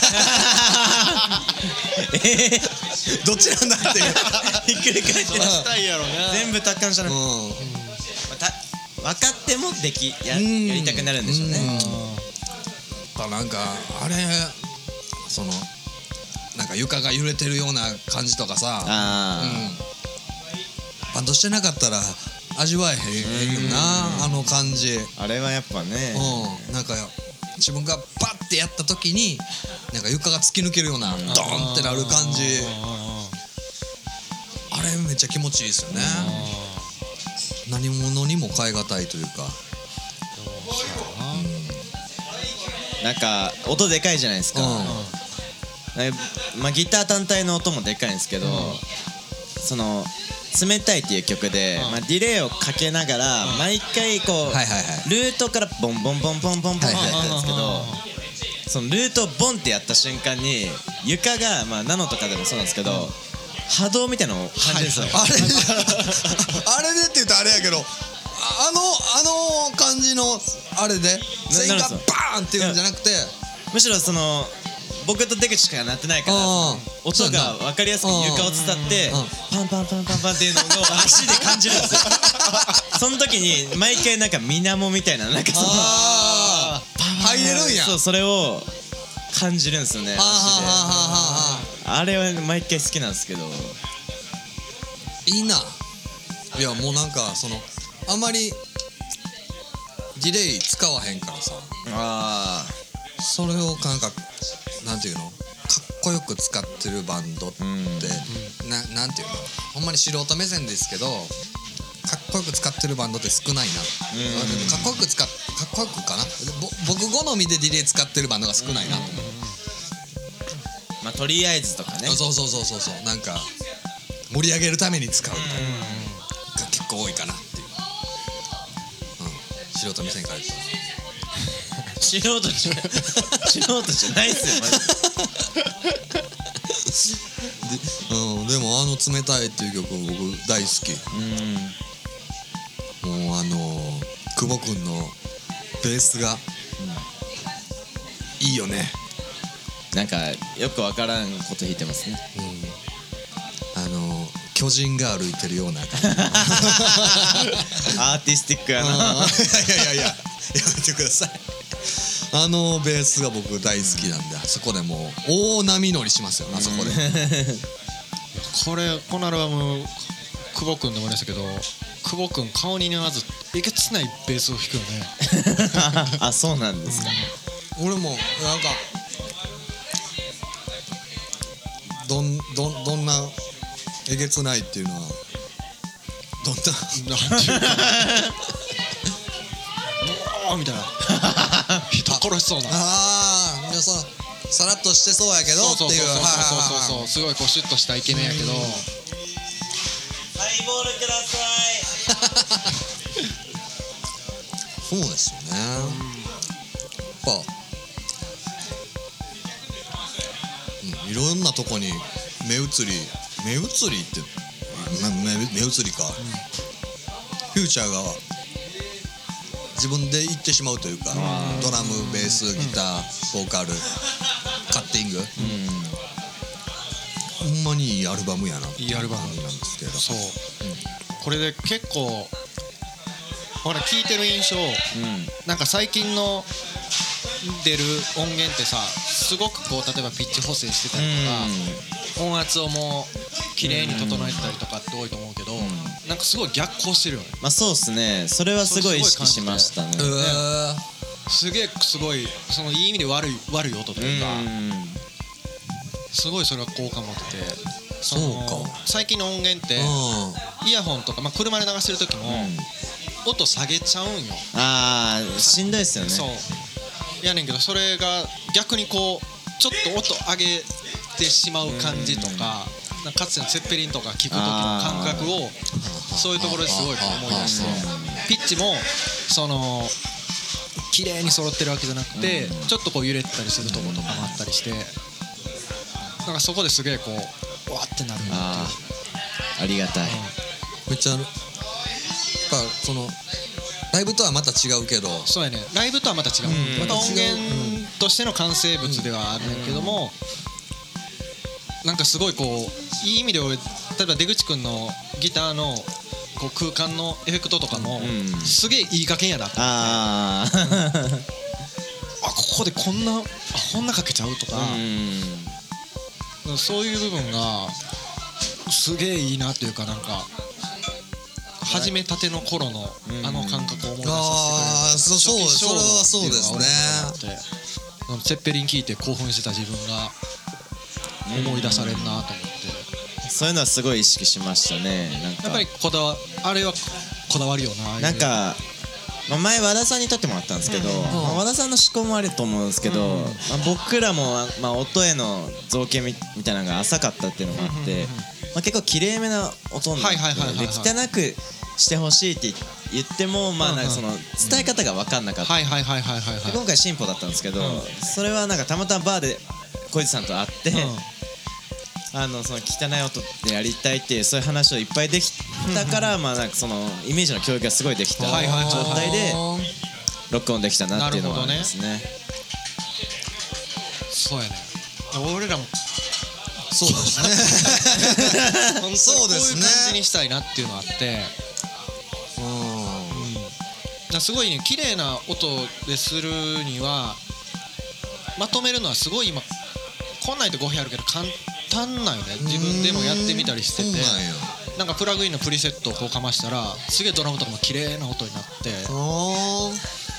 言ってどっちなんだっていうひっくり返ってしたいやろな、 全部達観したね。分かってもやりたくなるんでしょうね。 なんかあれなんか床が揺れてるような感じとかさ、バンドしてなかったら味わえへんよな、あの感じ。 あれはやっぱね、 なんか自分がバッてやった時になんか床が突き抜けるようなドーンってなる感じ、あれめっちゃ気持ちいいですよね。何者にも代え難いというか、 なんか音でかいじゃないですか。ギター単体の音もでかいんですけど、その冷たいっていう曲で、ディレイをかけながら毎回こうルートからボンボンボンボンボンボンってやってるんですけど、そのルートをボンってやった瞬間に床がナノとかでもそうなんですけど、波動みたいなのを感じるんですよ。 あれでって言うとあれやけど、あの感じのあれで全員がバーンっていうんじゃなくて、 むしろその僕と出口しかなってないから、音が分かりやすく床を伝ってパンパンパンパンパンっていうのを足で感じるんですよ。その時に毎回なんか水面みたいな、なんかその入れるんや。 そう、それを感じるんですよね、足で。あれは毎回好きなんですけど。 いいな。いやもうなんかあまりディレイ使わへんからさ、それをなんかなんていうの、かっこよく使ってるバンドって、なんていうの、ほんまに素人目線ですけど、かっこよく使ってるバンドって少ないな。かっこよくかな、僕好みでディレイ使ってるバンドが少ないなと思う。 とりあえずとかね。 そうなんか盛り上げるために使うみたいなが結構多いかなっていう、素人目線から言うと素人じゃないっすよマジでも冷たいっていう曲僕大好き。もう久保くんのベースがいいよね。 なんかよくわからんこと弾いてますね。 巨人が歩いてるような感じアーティスティックやな。 いややめてください。ベースが僕大好きなんで、あそこでもう大波乗りしますよ、あそこで。 このアルバム久保くんでもありましたけど、久保くん顔に似合わずえげつないベースを弾くよね。 あ、そうなんですか。 俺もなんかどんなえげつないっていうのはどんななんていうかもうみたいな人殺しそうな、 さらっとしてそうやけどっていう、 そうすごいこうシュッとしたイケメンやけど、ハイボールください。 そうですよね。やっぱいろんなとこに目移りって目移りか、フューチャーが自分で行ってしまうというか、ドラム、ベース、ギター、ボーカル、カッティング、ほんまにいいアルバムやなっていう感じなんですけど、 そう、これで結構ほら聴いてる印象、なんか最近の出る音源ってさ、すごくこう例えばピッチ補正してたりとか、音圧をもう綺麗に整えたりとかって多いと思うけど、なんかすごい逆行してるよね。 そうっすね。それはすごい意識しましたね。 すごいそのいい意味で悪い音というか、すごいそれは好感持ってて、 そうか。 最近の音源ってイヤホンとか、車で流してる時も音下げちゃうんよ。 しんどいっすよね。 そうやねんけど、それが逆にこうちょっと音上げてしまう感じとか、 なんかかつてのツェッペリンとか聴く時の感覚をそういうところですごい思い出してピッチもその綺麗に揃ってるわけじゃなくてちょっとこう揺れてたりするところとかもあったりしてなんかそこですげえこうわーってなるなっていうありがたいめっちゃやっぱそのライブとはまた違うけどそうやねライブとはまた違うまた音源としての完成物ではあるんだけどもなんかすごいこういい意味で俺例えば出口くんのギターのこう空間のエフェクトとかもすげえいい加減やなと思ってあここでこんなかけちゃうとかそういう部分がすげえいいなっていうかなんか始めたての頃のあの感覚を思い出させてくれるそれはそうですねツェッペリン聴いて興奮してた自分が思い出されるなと思ってそういうのはすごい意識しましたねなんかやっぱりあれはこだわるよななんか前和田さんに撮ってもらったんですけど和田さんの思考もあると思うんですけど僕らも音への造形みたいなのが浅かったっていうのもあって結構きれいめな音になって汚くしてほしいって言ってもなんかその伝え方が分かんなかった今回進歩だったんですけどそれはなんかたまたまバーで小路さんと会ってその汚い音でやりたいっていうそういう話をいっぱいできたからなんかそのイメージの教育がすごいできた状態で録音できたなっていうのはありますね。 そうやね俺らもそうですね本当にこういう感じにしたいなっていうのがあってすごいね綺麗な音でするにはまとめるのはすごい今こんなんで5分あるけど簡単なんよね自分でもやってみたりしててなんかプラグインのプリセットをこうかましたらすげえドラムとかも綺麗な音になってこ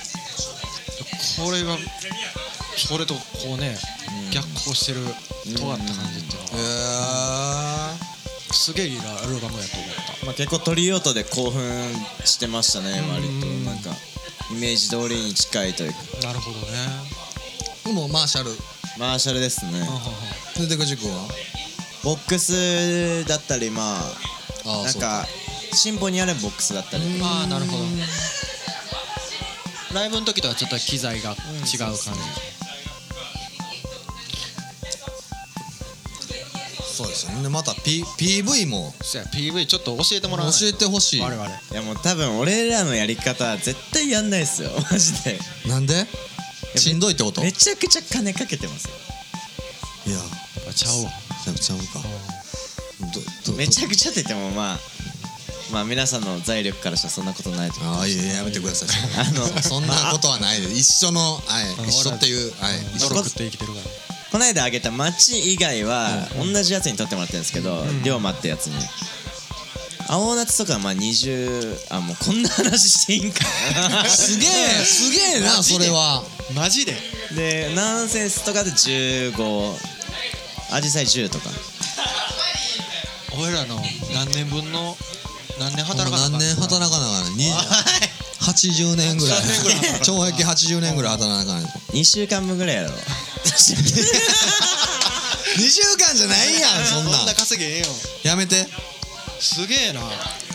れがそれとこうね逆行してる尖った感じっていうのはすげえいいアルバムやと思った結構鳥音で興奮してましたね割となんかイメージ通りに近いというかなるほどねでもマーシャルですねで出口君はボックスだったりなんか進歩にあるボックスだったりなるほどライブの時とはちょっと機材が違う感じそうですよねまた、PV も PV ちょっと教えてもらわないと教えてほしい我々 いやもう多分俺らのやり方は絶対やんないっすよマジでなんでしんどいってことめちゃくちゃ金かけてますよいやちゃうわちゃうかめちゃくちゃって言っても皆さんの財力からしたらそんなことないと思ういややめてくださいそんなことはないです一緒の一緒っていう一緒食って生きてるからこの間あげた街以外は同じやつに撮ってもらってるんですけど龍馬ってやつに青夏とか20もうこんな話していいんかすげえなそれはマジででナンセンスとかで15アジサイ10とか俺らの何年分の何年働かなかった 80年ぐらい懲役80年ぐらい働かないと 2週間分ぐらいやろ 2週間じゃないやんそんな稼げええよやめてすげえな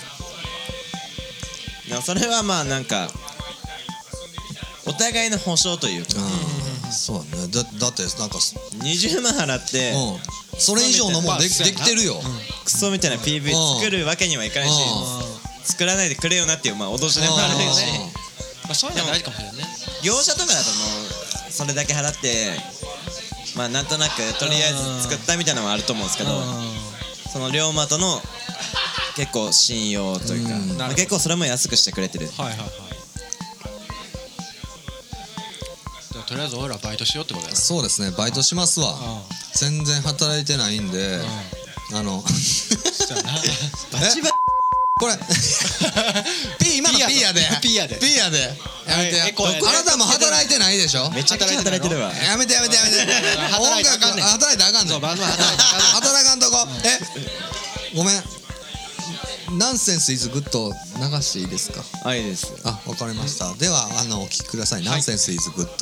でもそれはなんかお互いの保証というかそうねだってなんか 20万払ってそれ以上のもんできてるよクソみたいな PV 作るわけにはいかないし作らないでくれよなっていう脅しでもあるしそういうのは大事かもしれないね業者とかだともうそれだけ払ってなんとなくとりあえず作ったみたいなのはあると思うんですけどその龍馬との結構信用というか結構それも安くしてくれてるとりあえず俺らバイトしようってことやなそうですねバイトしますわ全然働いてないんでバチバこれ今の P やでやめてあなたも働いてないでしょめちゃくちゃ働いてるわやめて働いてあかんねん働いてあかんねん働かんとこごめんナンセンスイズグッド流していいですかいいですわかりましたではお聞きくださいナンセンスイズグッド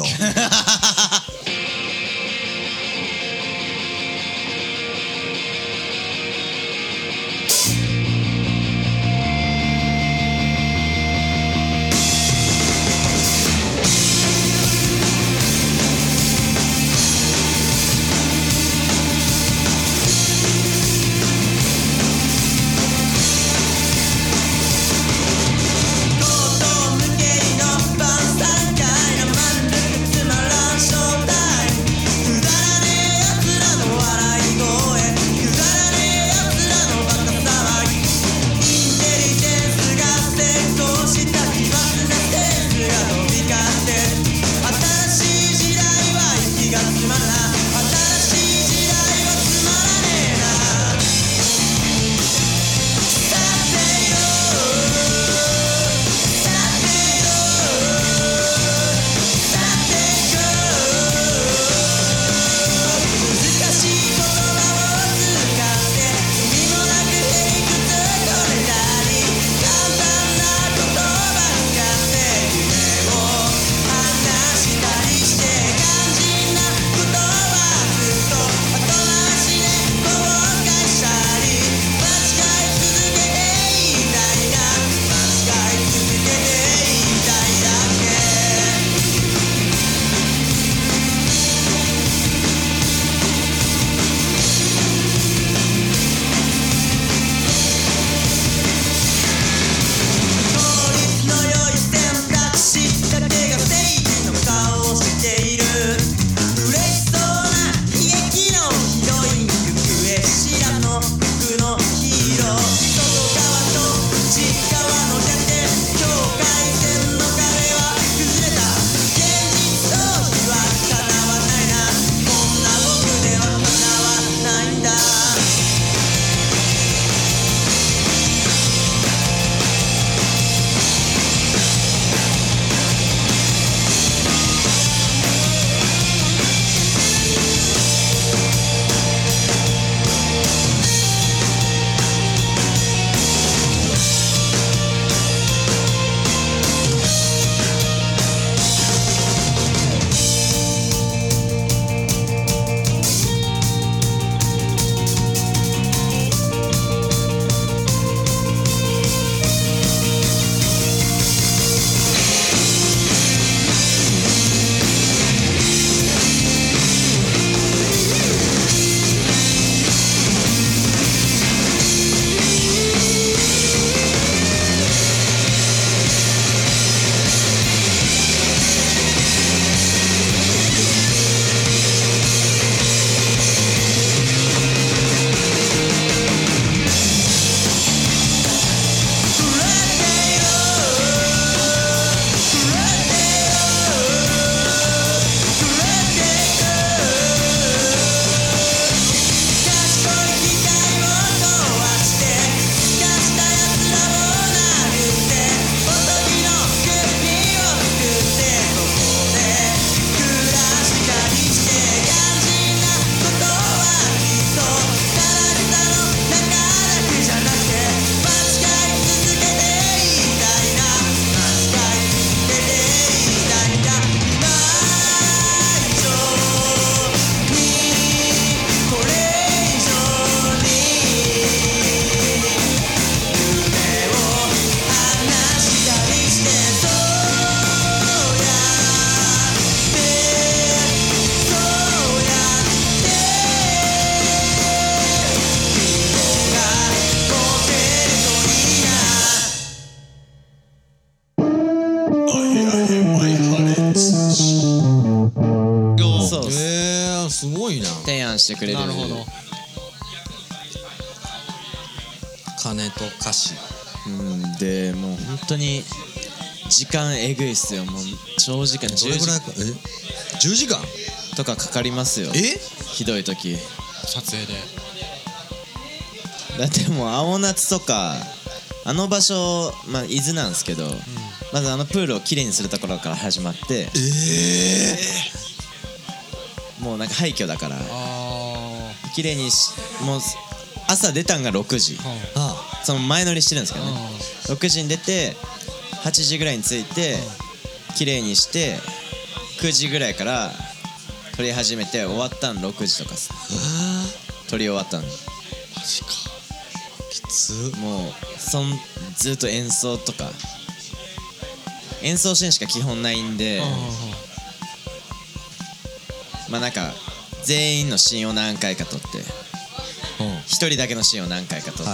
伴してくれる。 なるほど。 金と歌詞でもう本当に時間えぐいっすよ。もう長時間どれぐらいか10時間とかかかりますよ。ひどい時撮影で。 だってもう青夏とかあの場所、まあ伊豆なんですけど、まずあのプールをきれいにするところから始まって、もうなんか廃墟だからきれいにもう朝出たんが6時、その前乗りしてるんですけどね、6時に出て8時ぐらいに着いてきれいにして9時ぐらいから撮り始めて終わったん6時とかっす。撮り終わったん。マジか。 きつ。もうずっと演奏とか演奏シーンしか基本ないんで、まあなんか全員のシーンを何回か撮って1人だけのシーンを何回か撮って、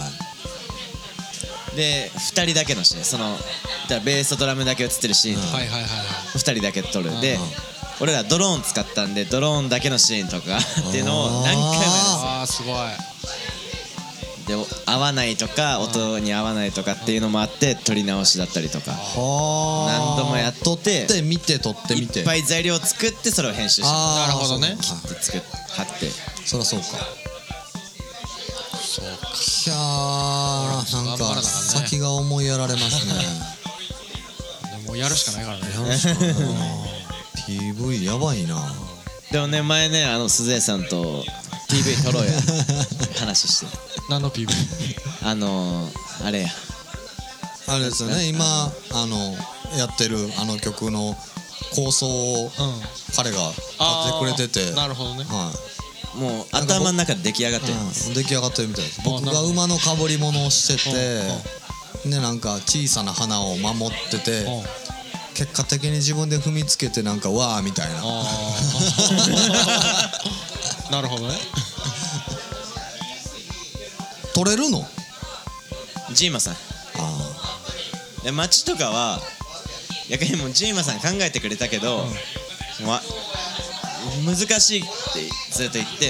で2人だけのシーン、そのベースとドラムだけ映ってるシーンとか2人だけ撮る。で俺らドローン使ったんでドローンだけのシーンとかっていうのを何回もやるんですよ。 すごい。 で合わないとか音に合わないとかっていうのもあって撮り直しだったりとか何度もやって撮ってみていっぱい材料を作ってそれを編集して、 なるほどね。 切って作って貼って。 そりゃそうか。 そうか。 いやーなんか先が思いやられますね。 もうやるしかないからね。 PV やばいな。 でもね前ね鈴江さんと PV 撮ろうや話して。 何の PV？ あれやあれですよね、今やってるあの曲の構想を彼がやってくれてて、 なるほどね。 もう頭の中で出来上がってるんです。 出来上がってるみたいです。僕が馬のかぶり物をしてて、でなんか小さな花を守ってて、結果的に自分で踏みつけてなんかわーみたいな。 なるほどね。 取れるの？ ジーマさん。で街とかは逆にもうジーマさん考えてくれたけど、難しいってずっと言って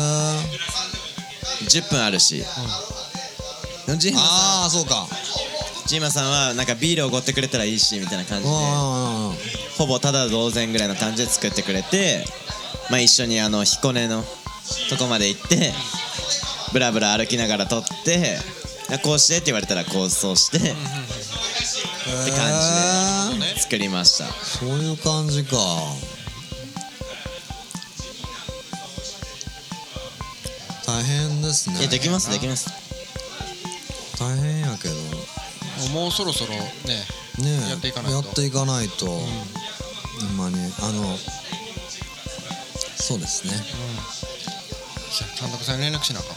10分あるし、ジーマさんはなんかビールをおごってくれたらいいしみたいな感じでほぼただ同然ぐらいの感じで作ってくれて、まあ一緒に彦根のとこまで行ってブラブラ歩きながら撮って、こうしてって言われたらこうそうしてって感じで作りました。 そういう感じか。大変ですね。 できますできます。 大変やけどもうそろそろねやっていかないと。ほんまにそうですね。 監督さんに連絡しなあかん。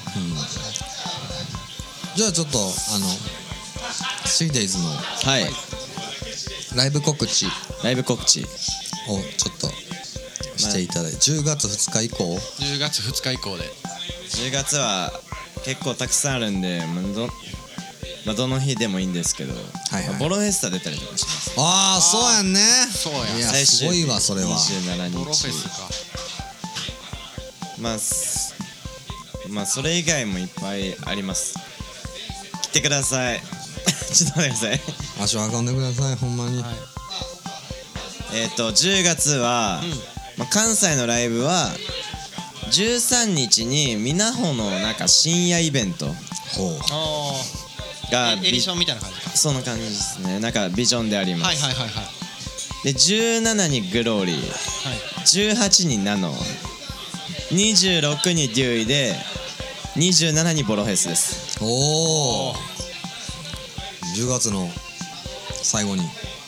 じゃあちょっと3days のライブ告知をちょっとしていただいて、10月2日以降 10月2日以降で 10月は結構たくさんあるんで、どの日でもいいんですけど、ボロフェスタ出たりとかします。 ああそうやんね。 そうや。 いやすごいわそれは。 27日ボロフェスか。 まあそれ以外もいっぱいあります。来てください。ちょっと待ってください。 足を運んでくださいほんまに。 10月は、関西のライブは13日にみなほのなんか深夜イベントがエディションみたいな感じか。 そんな感じですね。なんかビジョンであります。で17にグローリー、18にナノ、26にデューイで27にボロフェスです。 おお10月の最後に。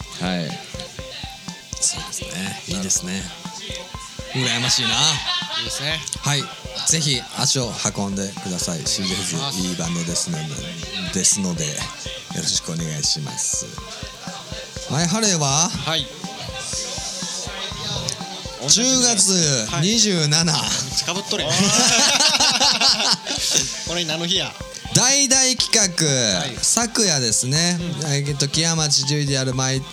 そうですね。いいですね。羨ましいな。いいですね。 はい、ぜひ足を運んでください。シーゼズいいバンドですのでよろしくお願いします。はい、ハレーは10月27。 かぶっとれ。これ何の日や。 第大々企画、昨夜ですね、木屋町獣医である大々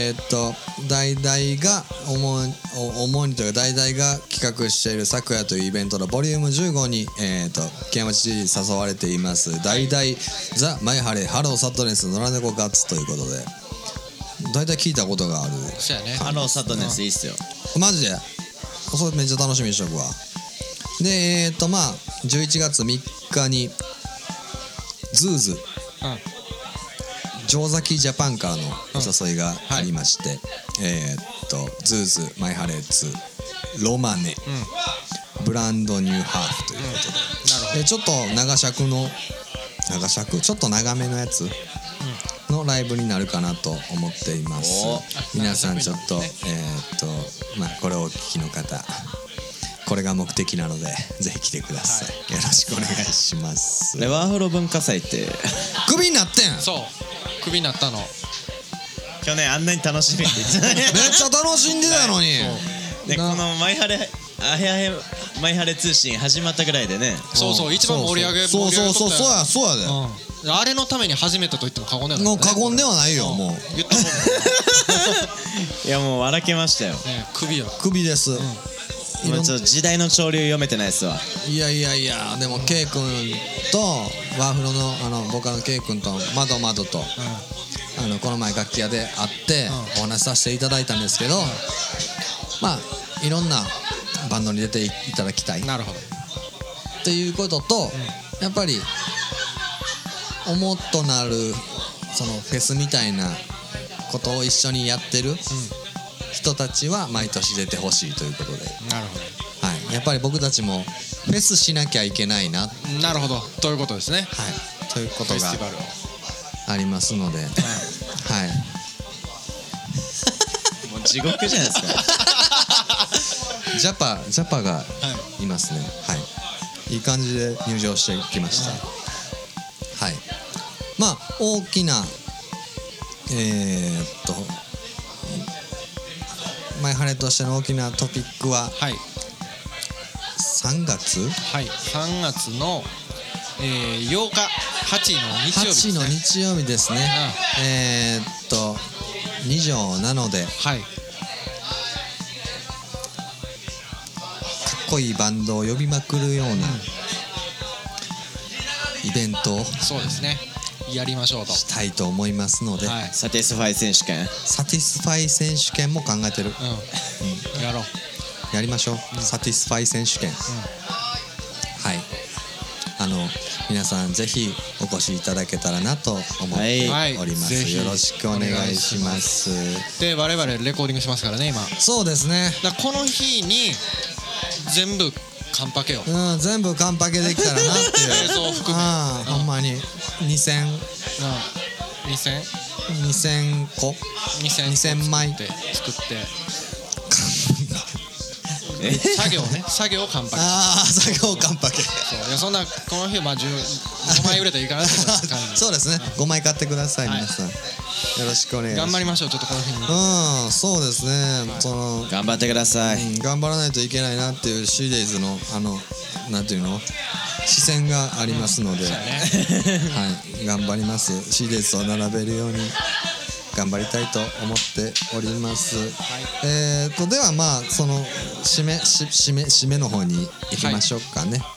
が主にというか大々が企画している昨夜というイベントのボリューム15に木屋町獣医誘われています大々ザ・マイハレハローサッドネス野良猫ガッツということで大体聞いたことがある。 そうやね。 ハローサッドネスいいっすよ。 マジでそれめっちゃ楽しみにしとくわ。で11月3日にズーズ城崎ジャパンからのお誘いがありまして、ズーズマイハレーツロマネ、ブランドニューハーフということで、ちょっと長尺ちょっと長めのやつのライブになるかなと思っています。皆さんちょっとこれをお聞きの方これが目的なのでぜひ来てください、よろしくお願いします。 レワーフロ文化祭ってクビになってん。 そうクビになったの。 去年あんなに楽しみって言ってためっちゃ楽しんでたのに、 でこのマイハレ通信始まったぐらいでね。 そう一番盛り上げそうやで、 あれのために始めたと言っても過言ではない、 もう過言ではないよ。もう言ったもんね。 いやもう笑けましたよ。 クビよ。 クビです、 今ちょっと時代の潮流読めてないっすわ。 いやでも K 君とワーフロのボーカルの K 君とまどまどと、この前楽器屋で会ってお話しさせていただいたんですけど、いろんなバンドに出ていただきたいなるほどっていうことと、やっぱり思っとなるそのフェスみたいなことを一緒にやってる人たちは毎年出てほしいということで、 なるほやっぱり僕たちもフェスしなきゃいけないな、 どなるほどということですね。 ということがフェスティバルをありますので、 もう地獄じゃないですか。 ジャパがいますね。いい感じで入場してきました。大きなマイハレとしての大きなトピックは3月 3月の8日8の日曜日ですね。 8の日曜日ですね。2条なので、かっこいいバンドを呼びまくるようなイベントをそうですねやりましょうとしたいと思いますので、 サティスファイ選手権も考えてる、 やろうやりましょう、サティスファイ選手権、皆さんぜひお越しいただけたらなと思っております、よろしくお願いします。 で我々レコーディングしますからね今。 そうですね。 だこの日に全部カンパケよ、 全部カンパケできたらなっていう映像含めほんまに2000個2000枚って作って作業カンパケ。 作業カンパケ。 いやそんなこの日5枚売れたらいいかなって感じ。 そうですね、5枚買ってください、皆さんよろしくお願いします。 頑張りましょうちょっとこの日に。 そうですね、 頑張ってください、 頑張らないといけないなっていうシーデイズのなんていうの視線がありますので、頑張ります。シーデイズと並べるように頑張りたいと思っております。ではその締めの方に行きましょうかね。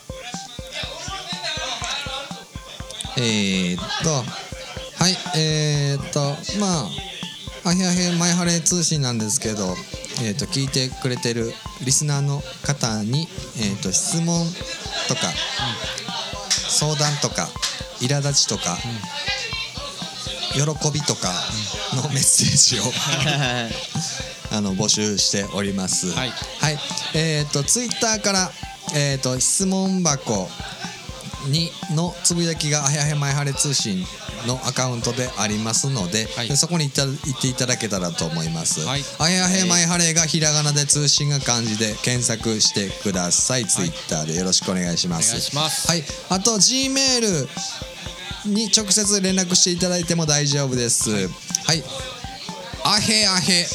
アヘアヘマイハレ通信なんですけど、聞いてくれてるリスナーの方に、質問とか、相談とか苛立ちとか、喜びとかのメッセージを募集しております。ツイッターから、質問箱のつぶやきがあへあへマイハレ通信のアカウントでありますので、そこに行っていただけたらと思います。あへあへマイハレがひらがなで通信が漢字で検索してください。ツイッターでよろしくお願いします。あと G メールに直接連絡していただいても大丈夫です。あへあへ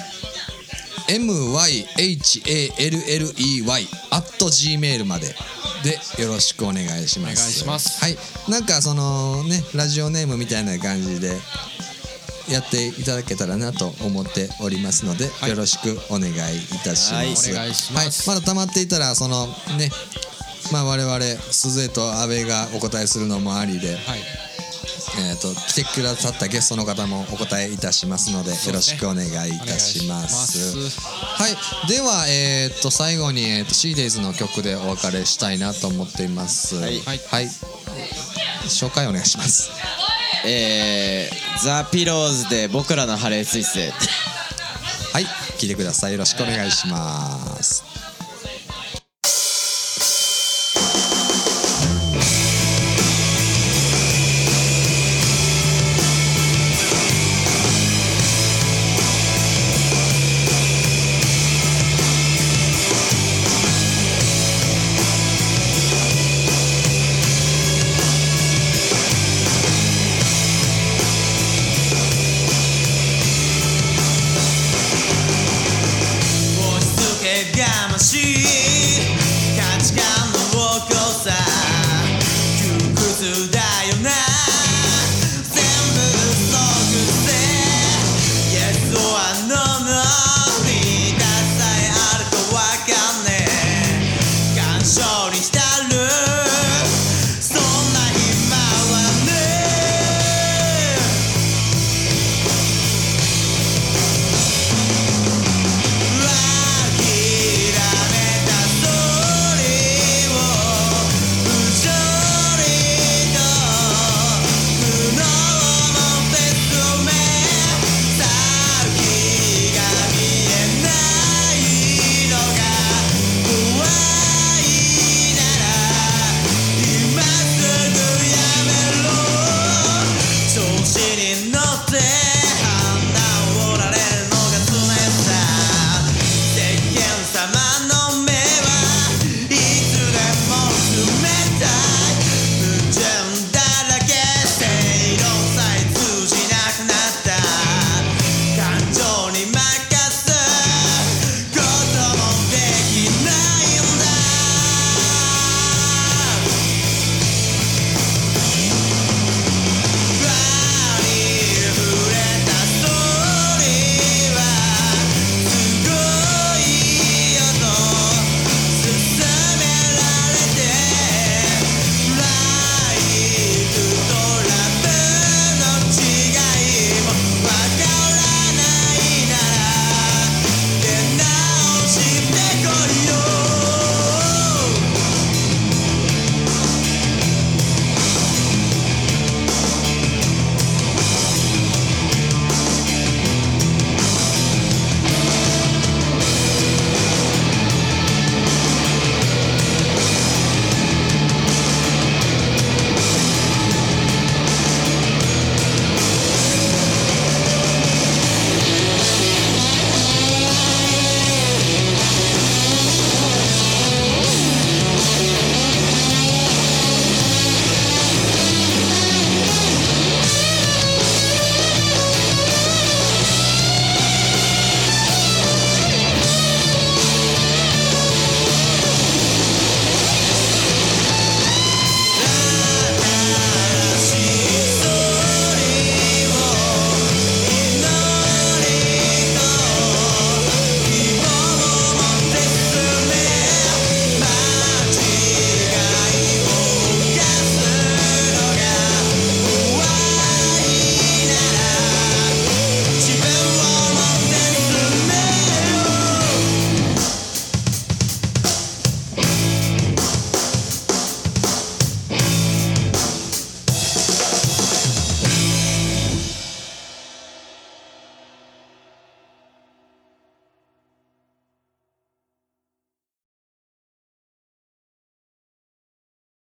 myhalley@gmail まででよろしくお願いします。 お願いします。 はい、なんかそのねラジオネームみたいな感じでやっていただけたらなと思っておりますので、よろしくお願いいたします。 お願いします。 はい、まだ溜まっていたらそのね、まあ我々鈴江と阿部がお答えするのもありで、来てくださったゲストの方もお答えいたしますので、よろしくお願いいたします。はい、では最後にシーデイズの曲でお別れしたいなと思っています。はい、紹介お願いします。 ザ・ピローズで僕らのハレー彗星。 はい、聞いてください。よろしくお願いします。